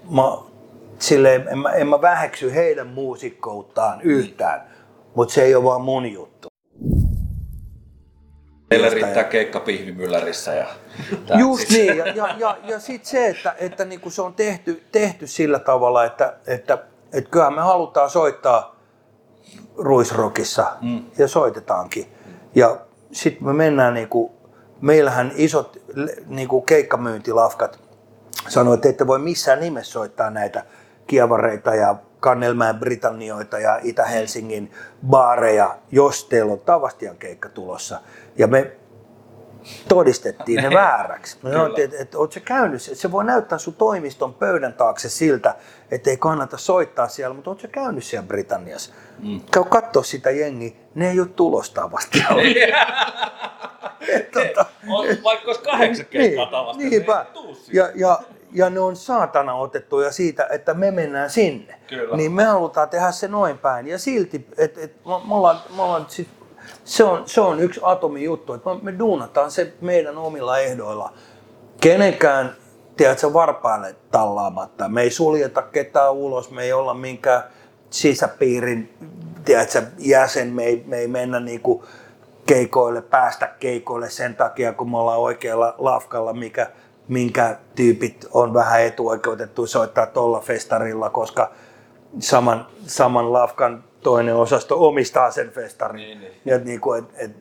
[SPEAKER 1] en mä väheksy heidän muusikkouttaan yhtään, mutta se ei ole vaan mun juttu.
[SPEAKER 2] Teillä riittää keikka pihvimyllärissä.
[SPEAKER 1] Just niin, ja sit se, että niinku se on tehty sillä tavalla, että että kyllähän me halutaan soittaa Ruisrockissa ja soitetaankin. Ja sitten me mennään niinku, meillähän isot niinku keikkamyyntilafkat sanoo, että ette voi missään nimessä soittaa näitä kievareita ja Kannelmäen Britannioita ja Itä-Helsingin baareja, jos teillä on Tavastian keikka tulossa. Ja me todistettiin ne vääräksi. Me sanottiin, että oot sä käynyt, se voi näyttää sun toimiston pöydän taakse siltä, että ei kannata soittaa siellä, mutta oot sä käynyt siellä Britanniassa. Käy kattoo sitä jengiä, ne ei ole tulosta Tavastialla.
[SPEAKER 2] Vaikka olisi 8 keikkaa Tavastialla,
[SPEAKER 1] niinpä. Ja ne on saatana otettuja siitä, että me mennään sinne.
[SPEAKER 2] Kyllä.
[SPEAKER 1] Niin me halutaan tehdä se noin päin. Ja silti, että me ollaan siis, se on yksi atomi juttu, että me duunataan se meidän omilla ehdoilla. Kenenkään, tiedätkö, varpaille tallaamatta. Me ei suljeta ketään ulos, me ei olla minkään sisäpiirin, tiedätkö, jäsen, me ei mennä niinku keikoille, päästä keikoille sen takia, kun me ollaan oikealla lafkalla, minkä tyypit on vähän etuoikeutettu soittaa tuolla festarilla, koska saman lafkan toinen osasto omistaa sen festarin.
[SPEAKER 2] Niin.
[SPEAKER 1] Ja niinku,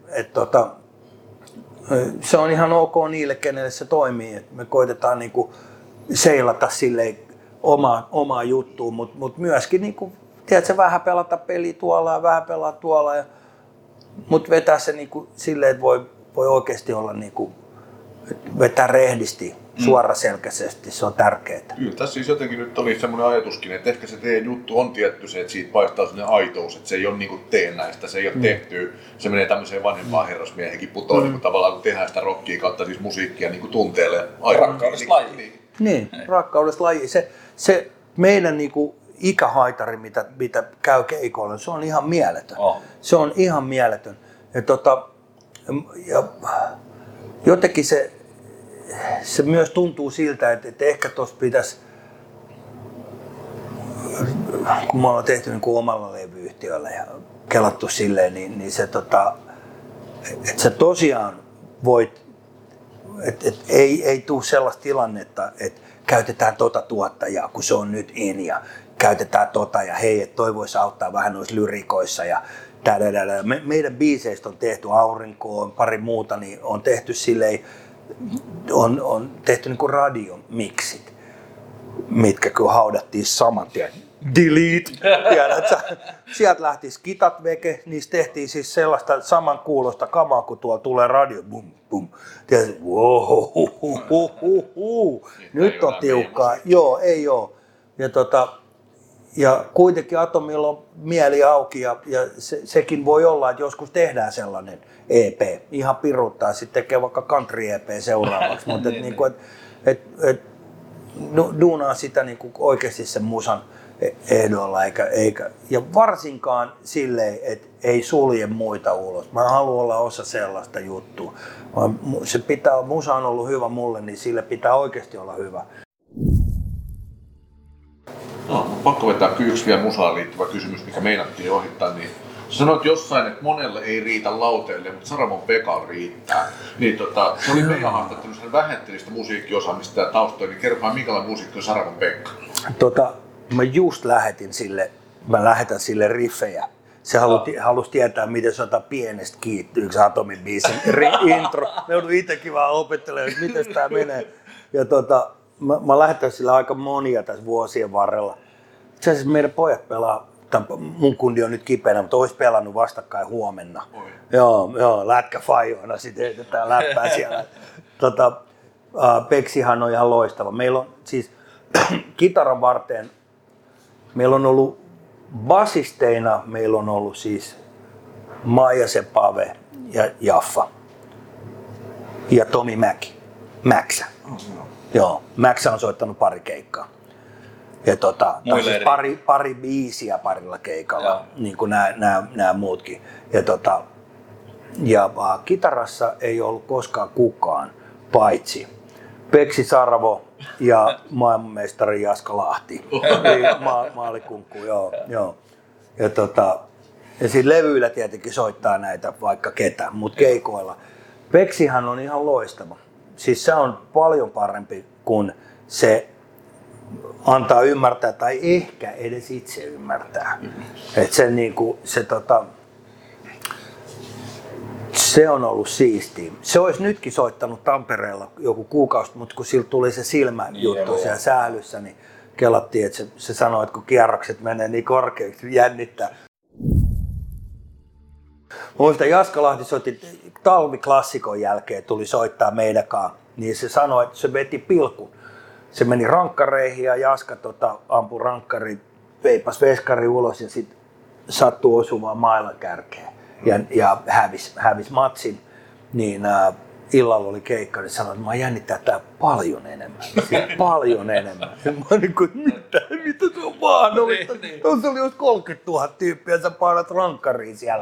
[SPEAKER 1] se on ihan ok niille, kenelle se toimii. Et me koitetaan niinku seilata silleen omaa juttuun, mutta myöskin niinku, tiedätkö, vähän pelata peli tuolla ja vähän pelaa tuolla. Mutta vetää se niinku silleen, että voi oikeasti olla niinku, vetää rehdisti, suoraselkäisesti, se on tärkeää.
[SPEAKER 3] Kyllä, tässä siis jotenkin nyt oli semmoinen ajatuskin, että ehkä se teidän juttu on tietty se, että siitä paistaa sellainen aitous, että se ei ole niinku teennäistä, se ei ole tehty, se menee tämmöiseen vanhempaan herrasmiehenkin putoon, niinku tavallaan kun tehdään sitä rockia kautta siis musiikkia niinku tunteelle.
[SPEAKER 2] Rakkaudesta lajiin.
[SPEAKER 1] Niin, rakkaudesta lajiin. Se meidän niinku ikähaitari, mitä käy keikoilla, se on ihan mieletön. Se on ihan mieletön. Ja jotenkin se myös tuntuu siltä, että ehkä tuossa pitäisi, kun me ollaan tehty niin kuin omalla levyyhtiöllä ja kelattu silleen, niin se, että sä tosiaan voit, että ei tule sellaista tilannetta, että käytetään tuottajaa, kun se on nyt in ja käytetään ja hei, että toi voisi auttaa vähän noissa lyrikoissa ja meidän biiseistä on tehty Aurinkoon, pari muuta, niin on tehty silleen, on tehty niinku radiomiksit, mitkä kyllä haudattiin saman tien. Delete! Tiedätkö? Sieltä lähti skitat veke, niistä tehtiin siis sellaista saman kuulosta kamaa, kun tuolla tulee radio. Bum, bum. Tiedätkö? Nyt on tiukkaa. Joo, ei oo. Ja kuitenkin Atomilla on mieli auki ja sekin voi olla, että joskus tehdään sellainen EP. Ihan piruttaa, sitten tekee vaikka country EP seuraavaksi, mutta niinku, duunaa sitä niinku oikeasti sen musan ehdolla eikä ja varsinkaan silleen, että ei sulje muita ulos. Mä haluan olla osa sellaista juttua. Musa on ollut hyvä mulle, niin sille pitää oikeasti olla hyvä.
[SPEAKER 3] No, pakko vetää yksi vielä musaan liittyvä kysymys, mikä meinattiin ohittaa. Niin sanoit jossain, että monelle ei riitä lauteille, mutta Saramon Pekalla riittää. Niin, se oli meidän haastattelussa, hän vähätteli sitä musiikkiosaamista ja taustoja, niin kerrotaan minkälainen musiikki on Saramon Pekka?
[SPEAKER 1] Mä just lähetän sille riffejä. Se halusi tietää, miten sanotaan pienestä kiittyy yksi Atomin biisin intro. Me joudun itsekin vaan opettelemaan, että miten tää menee. Ja mä lähetän sillä aika monia tässä vuosien varrella. Itse asiassa meidän pojat pelaa, mun kundi on nyt kipeänä, mutta olisi pelannut vastakkain huomenna. Joo, lätkäfajoina sitten heitetään läppää siellä. Peksihan on ihan loistava. Meillä on siis kitaran varteen, meillä on ollut basisteina, meillä on ollut siis Maija Pave ja Jaffa ja Tomi Mäksä. Joo, Mäksä on soittanut pari keikkaa. Ja siis pari biisiä parilla keikalla, niin kuin nämä muutkin. Ja kitarassa ei ollut koskaan kukaan, paitsi Peksi Sarvo ja maailmanmestari Jaska Lahti. Maalikunkku, joo. Ja siinä levyillä tietenkin soittaa näitä vaikka ketä, mutta keikoilla. Peksihan on ihan loistava. Siis se on paljon parempi kuin se antaa ymmärtää tai ehkä edes itse ymmärtää. Et se, niinku, se on ollut siistiä. Se olisi nytkin soittanut Tampereella joku kuukausi, mutta kun siltä tuli se silmäjuttu siellä sählyssä, niin kelattiin, että se sanoi, että kun kierrokset menee niin korkeaksi, jännittää. Muistan, Jaska Lahti soitti talviklassikon jälkeen, tuli soittaa meidänkaan, niin se sanoi, että se veti pilkun. Se meni rankkareihin ja Jaska ampui rankkari, veipas veskari ulos ja sitten sattui osumaan mailan kärkeen ja hävis matsin. Niin illalla oli keikka, niin sanoi, että mä jännittää tää paljon enemmän. Siis paljon enemmän. Mä niin kuin, mitä se on mahdollista? Tuossa oli just 30 000 tyyppiä ja sä painat rankkariin siellä.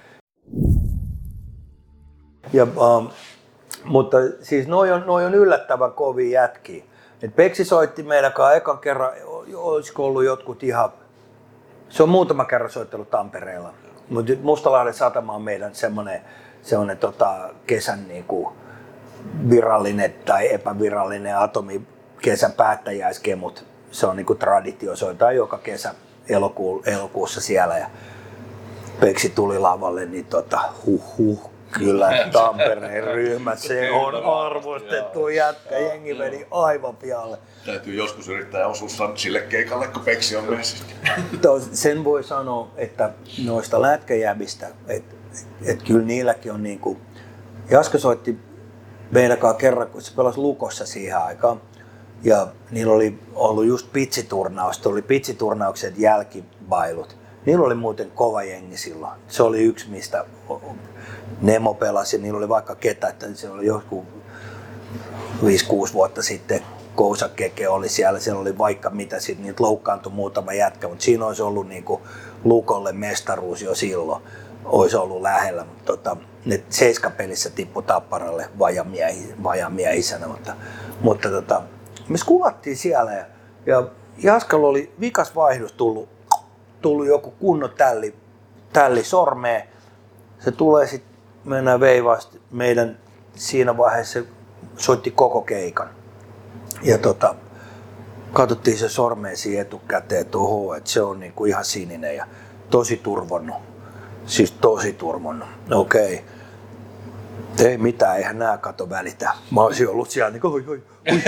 [SPEAKER 1] Ja, mutta siis noi on yllättävän kovia jätkiä. Et Peksi soitti meidänkaan ekan kerran, olisiko ollut jotkut ihan, se on muutama kerran soittanut Tampereella. Mutta Mustalahden satama on meidän semmoinen kesän niinku virallinen tai epävirallinen atomi kesän päättäjäiskemut. Se on niinku traditio, soitaan joka kesä elokuussa siellä ja Peksi tuli lavalle, niin kyllä Tampereen ryhmä, se on arvostettu jätkä, jengi meni aivan pialle.
[SPEAKER 3] Täytyy joskus yrittää osua sille keikalle, kun Peksi on messissä.
[SPEAKER 1] Sen voi sanoa, että noista lätkäjäbistä, että kyllä niilläkin on niinku, Jaska soitti meidänkaan kerran, kun se pelasi Lukossa siihen aikaan. Ja niillä oli ollut just pitsiturnaus, oli pitsiturnaukset jälkibailut. Niillä oli muuten kova jengi silloin. Se oli yksi, mistä Nemo pelasi ja niillä oli vaikka ketä, että se oli joku 5-6 vuotta sitten Kousa Keke oli siellä oli vaikka mitä, sitten niitä loukkaantui muutama jätkä, mutta siinä olisi ollut niinku Lukolle mestaruus jo silloin, olisi ollut lähellä, mutta ne 7 pelissä tippui Tapparalle vajamiehisänä, mutta me skulattiin siellä ja Jaskalla oli vikas vaihdos tullut joku kunnon tälli sormeen. Se tulee sitten, mennään veivasti, meidän siinä vaiheessa se soitti koko keikan. Ja katsottiin se sormeen siihen etukäteen, että se on niinku ihan sininen ja tosi turvonnut. Siis tosi turvonnut. Okei. Ei mitään, eihän nää kato välitä. Mä olisin ollut siellä niinku oi.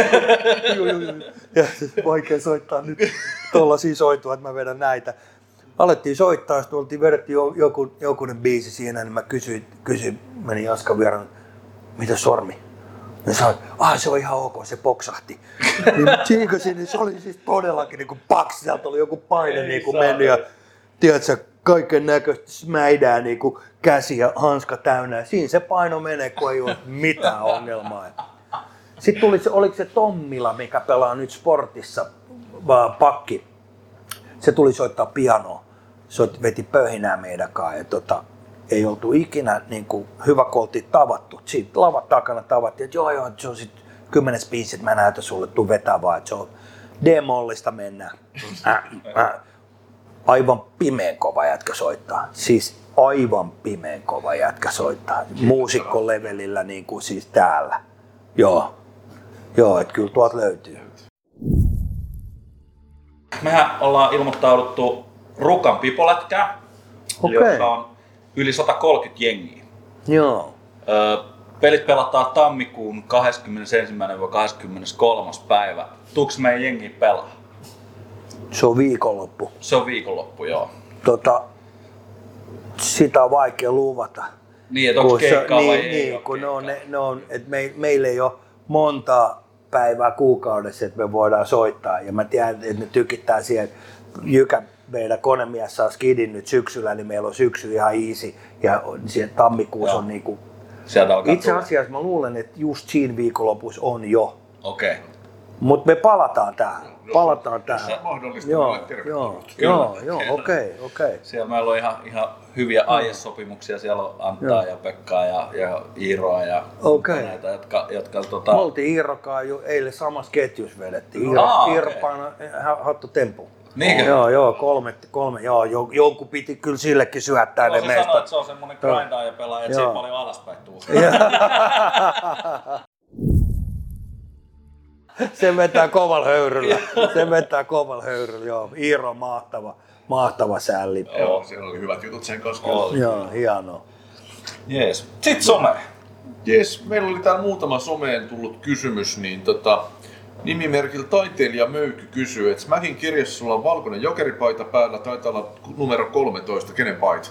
[SPEAKER 1] Ja vaikea soittaa nyt tollasia soitua, että mä vedän näitä. Alettiin soittaa, sitten vedettiin jokunen biisi siinä, niin mä kysyin meni Jaskan vieraan, mitä sormi? Ja sanoin, se on ihan ok, se poksahti. Niin tsiikasin, niin se oli siis todellakin niin kuin paks, sieltä oli joku paine niin kuin mennyt ja tiedätkö, kaiken näköistä smäidää niin kuin käsi ja hanska täynnä. Ja siinä se paino menee, kun ei ole mitään ongelmaa. Sitten tuli se, oliko se Tommila, mikä pelaa nyt Sportissa, pakki. Se tuli soittaa pianoa. Se veti pöhinää meidän kanssa ja ei oltu ikinä niin kuin, hyvä kun oltiin tavattu. Siitä lavan takana tavattiin, että joo, se on sitten 10 biisi, että mä näytän sulle, tuu vetää vaan, että se on D-mollista mennään. Aivan pimeän kova jätkä soittaa. Siis aivan pimeän kova jätkä soittaa. Muusikkolevelillä niin kuin siis täällä. Joo, että kyllä tuolta löytyy.
[SPEAKER 2] Mehän ollaan ilmoittauduttu Rukan pipolätkään, jossa on yli 130 jengiä.
[SPEAKER 1] Joo.
[SPEAKER 2] Pelit pelataan tammikuun 21.–23. päivä. Tuuks meidän jengi pelaa?
[SPEAKER 1] Se on viikonloppu.
[SPEAKER 2] Se on viikonloppu, joo.
[SPEAKER 1] Sitä on vaikea luvata.
[SPEAKER 2] Niin, että onko keikkaa vai ei
[SPEAKER 1] kun meillä ei ole monta päivää kuukaudessa, että me voidaan soittaa. Ja mä tiedän, että ne tykittää siihen. Jykä, meidän konemies saa skidin nyt syksyllä, niin meillä on syksy ihan easy. Ja siellä tammikuussa on niinku... Itse asiassa mä luulen, että just siinä viikonlopussa on jo.
[SPEAKER 2] Okei.
[SPEAKER 1] Mutta me palataan tähän.
[SPEAKER 3] Mahdollista.
[SPEAKER 1] Joo, okei.
[SPEAKER 2] Siellä meillä on ihan hyviä aiesopimuksia. Siellä on Anttaa ja Pekkaa ja Iiroa ja näitä, jotka
[SPEAKER 1] Me oltiin Iirokaan jo eilen samassa ketjussa vedettiin. Iiro painoi hattu tempu.
[SPEAKER 2] Niinkö?
[SPEAKER 1] Joo, kolme. Jonkun piti kyllä sillekin syöttää ne meistä.
[SPEAKER 2] Sanoit, että se on semmonen grindaaja pelaaja, että siitä paljon alaspäin tuu.
[SPEAKER 1] Se vetää kovalla höyryllä. Se vetää kovalla höyryllä, joo. Iiro mahtava sälli.
[SPEAKER 3] Joo, siellä oli hyvät jutut sen kanssa.
[SPEAKER 1] Joo, hienoa.
[SPEAKER 2] Jees. Sitten some.
[SPEAKER 3] Jes, meillä oli täällä muutama someen tullut kysymys, niin nimimerkillä Taiteilija Möykky kysyy, että Smäkin kirjassa sulla on valkoinen jokeripaita päällä, taitaa olla numero 13, kenen paita?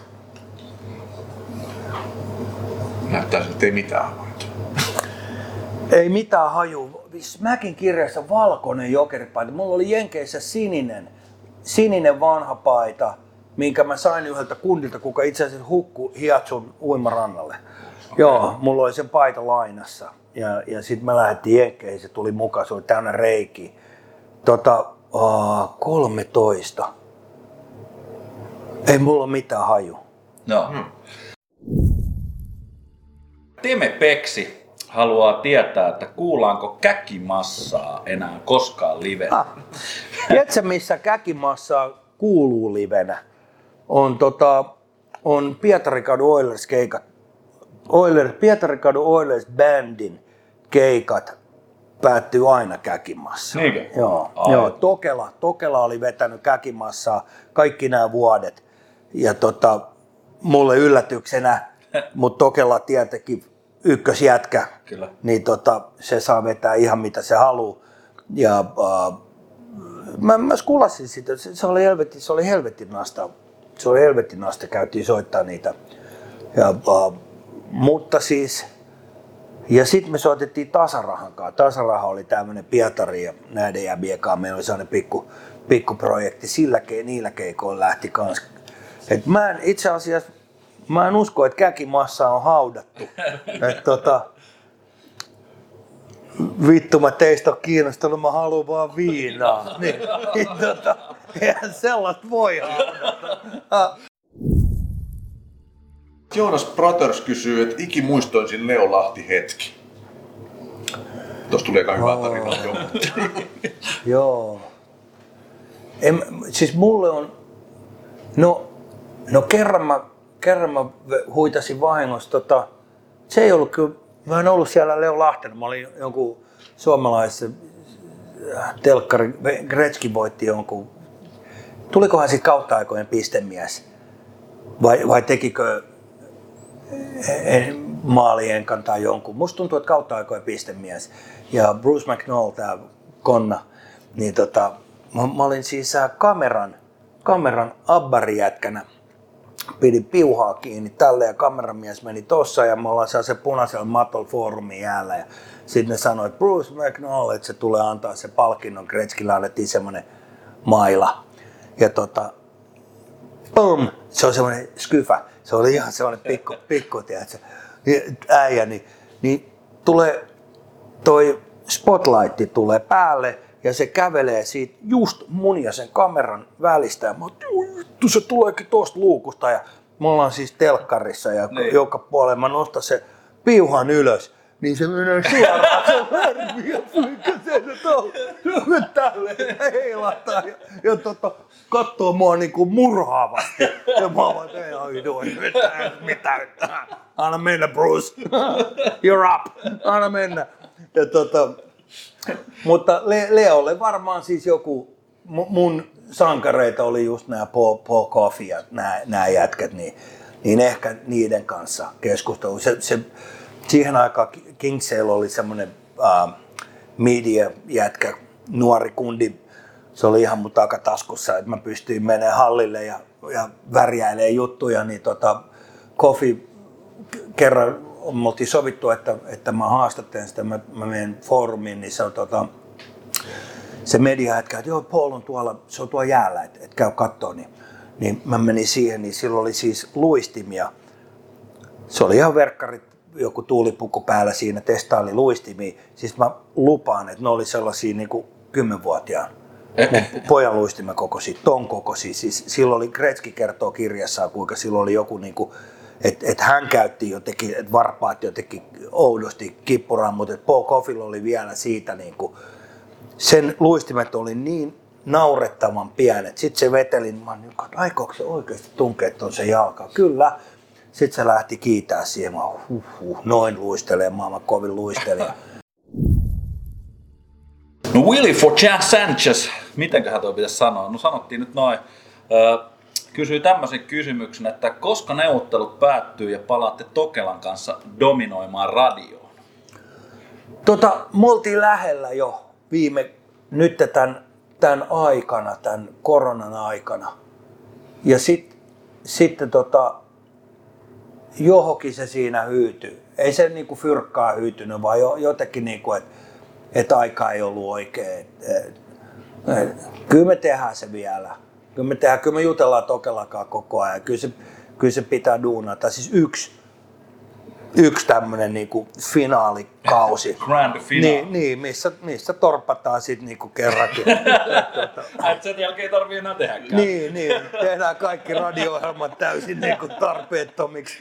[SPEAKER 3] Näyttää siltä, että ei mitään havaintoa.
[SPEAKER 1] Ei mitään haju. Smäkin kirjassa valkoinen jokeripaita. Mulla oli Jenkeissä sininen vanha paita, minkä mä sain yhdeltä kundilta, kuka itse asiassa hukkui Hiatsun uimarannalle. Joo, mulla oli se paita lainassa. Ja sitten mä lähdettiin Jenkkeihin, se tuli mukaan, se oli täynnä reikiä. 13. Ei mulla mitään haju.
[SPEAKER 2] No. Teme Peksi haluaa tietää, että kuullaanko käkimassaa enää koskaan livenä.
[SPEAKER 1] Tiedätkö, missä käkimassaa kuuluu livenä? On Pietarikadun Oilers keikat. Pietarikadun Oilers Bandin keikat päättyy aina käkimassaan.
[SPEAKER 2] Niinkö?
[SPEAKER 1] Joo. Tokela oli vetänyt käkimassaa kaikki nämä vuodet. Ja mulle yllätyksenä, mutta Tokela tietenkin ykkösjätkä,
[SPEAKER 2] Kyllä.
[SPEAKER 1] niin se saa vetää ihan mitä se haluaa. Ja mä skulasin sitä, se oli helvetin nasta, käytiin soittaa niitä. Ja, mutta siis, ja sitten me soitettiin Tasarahan kanssa. Tasaraha oli tämmöinen Pietari ja näiden jäbien kanssa. Meillä oli sellainen pikkuprojekti, niillä keikoilla lähti kans. Et itse asiassa mä en usko, että käkimassa on haudattu. Vittu, mä teistä on kiinnostunut, mä haluan vaan viinaa. Eihän sellaista voi haudata.
[SPEAKER 3] Jonas Brothers kysyy, että ikimuistoisin Leo Lahti hetki. Tuossa tuli aika hyvä tarina.
[SPEAKER 1] Joo. Siis mulle on... No kerran mä huitasin vahingossa. Se ei ollut kyllä... Mä en ollut siellä Leo Lahtena. Mä olin jonkun suomalaisen telkkari. Gretzky voitti jonkun... Tulikohan siitä kautta aikojen pistemies? Vai tekikö Maalienkan tai jonkun? Musta tuntuu, että kautta aikojen pistemies. Ja Bruce McNall, tää konna, niin mä olin siis kameran abbarijätkänä. Pidin piuhaa kiinni tälle ja kameramies meni tossa ja me ollaan se punaisella matolla foorumin jäällä. Ja sitten ne sanoi, että Bruce McNall, että se tulee antaa se palkinnon. Gretzkylle annettiin semmonen maila. Ja boom, se on semmoinen skyfä. Se oli ihan semmoinen pikku tiedätkö, äijä. Niin tulee toi spotlightti tulee päälle ja se kävelee siitä just mun ja sen kameran välistä. Ja mä oon, se tuleekin tosta luukusta ja me ollaan siis telkkarissa ja joka puolella mä nostan se piuhan ylös. Niin se menee suoraan, se värvi ja flykäsee se tälleen heilataan ja kattoo mua niinku murhaavasti. Ja mä oon, että ei mitään. Anna mennä Bruce, you're up, anna mennä. Ja mutta Leolle varmaan siis joku, mun sankareita oli just nämä Paul Coffey ja nämä jätkät, niin ehkä niiden kanssa keskustelu. Siihen aikaan Kingsale oli semmoinen media-jätkä, nuori kundi. Se oli ihan mun takataskussa, että mä pystyin menemään hallille ja värjäilemään juttuja. Niin Coffey kerran me oltiin sovittu, että mä haastattelen sitä, mä menen foorumiin, niin se on se media-jätkä, että joo, Paul on tuolla, se on tuolla jäällä, että käy kattoo. Niin mä menin siihen, niin silloin oli siis luistimia. Se oli ihan verkkarit, joku tuulipukku päällä siinä, testaili luistimia. Siis mä lupaan, että ne oli sellaisia niin kuin 10-vuotiaan. Mun pojan luistimen kokoisia, ton kokoisia. Siis silloin oli, Gretzky kertoo kirjassaan, kuinka silloin oli joku, niin kuin, että hän käytti jotenkin, että varpaat jotenkin oudosti kippuraan, mutta Paul Coffeylla oli vielä siitä, niin kuin, sen luistimet oli niin naurettavan pienet. Sitten se veteli, mä olin, että aikooko se oikeasti tunkea ton se jalka? Kyllä. Sitten se lähti kiitää siihen, noin luistelee, maailman kovin luistelija.
[SPEAKER 2] No Willie for Sanchez, mitenköhän toi pitäisi sanoa? No sanottiin nyt noin. Kysyi tämmöisen kysymyksen, että koska neuvottelut päättyy ja palaatte Tokelan kanssa dominoimaan radioon?
[SPEAKER 1] Me oltiin lähellä jo nyt tämän aikana, tämän koronan aikana. Ja sitten johonkin se siinä hyytyi. Ei se niinku fyrkkaa hyytynyt, vaan jotenkin niinku, että aika ei ollut oikein. Kyllä me tehdään se vielä. Kyllä me jutellaan Tokelakaan koko ajan. Kyllä se pitää duunata. Siis yksi tämmönen niinku finaalikausi.
[SPEAKER 2] Grand finale.
[SPEAKER 1] Niin, missä torpataan sit niinku kerrankin.
[SPEAKER 2] Sen jälkeen ei tarvii enää tehdäkään.
[SPEAKER 1] Niin, tehdään kaikki radio-ohjelmat täysin niinku tarpeettomiksi.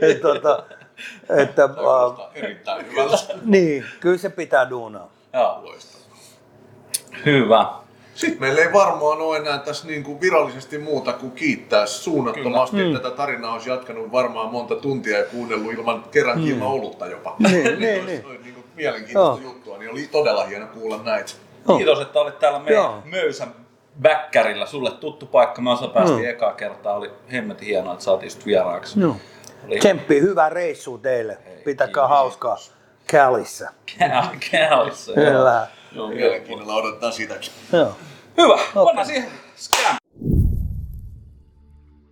[SPEAKER 3] Erittäin hyvältä.
[SPEAKER 1] Niin, kyllä se pitää duunaa.
[SPEAKER 2] Joo. Hyvä.
[SPEAKER 3] Sitten meillä ei varmaan ole enää tässä niin kuin virallisesti muuta kuin kiittää suunnattomasti. Tätä tarinaa olisi jatkanut varmaan monta tuntia ja kuunnellut kerrankin ilman olutta jopa.
[SPEAKER 1] Niin.
[SPEAKER 3] Niin kuin mielenkiintoista juttua, niin oli todella hieno kuulla näitä.
[SPEAKER 2] Kiitos, että olit täällä meidän Möysän Väkkärillä. Sulle tuttu paikka. Me päästiin ekaa kertaa. Oli hemmetin hienoa, että saatiin sut vieraaksi.
[SPEAKER 1] Tsemppi, hyvää reissua teille. Pitäkää hauskaa Calissa.
[SPEAKER 2] Calissa.
[SPEAKER 1] Kyllä.
[SPEAKER 3] Mielenkiinnolla odotetaan sitäkin.
[SPEAKER 1] Joo.
[SPEAKER 2] Hyvä. Pannaan siihen scam.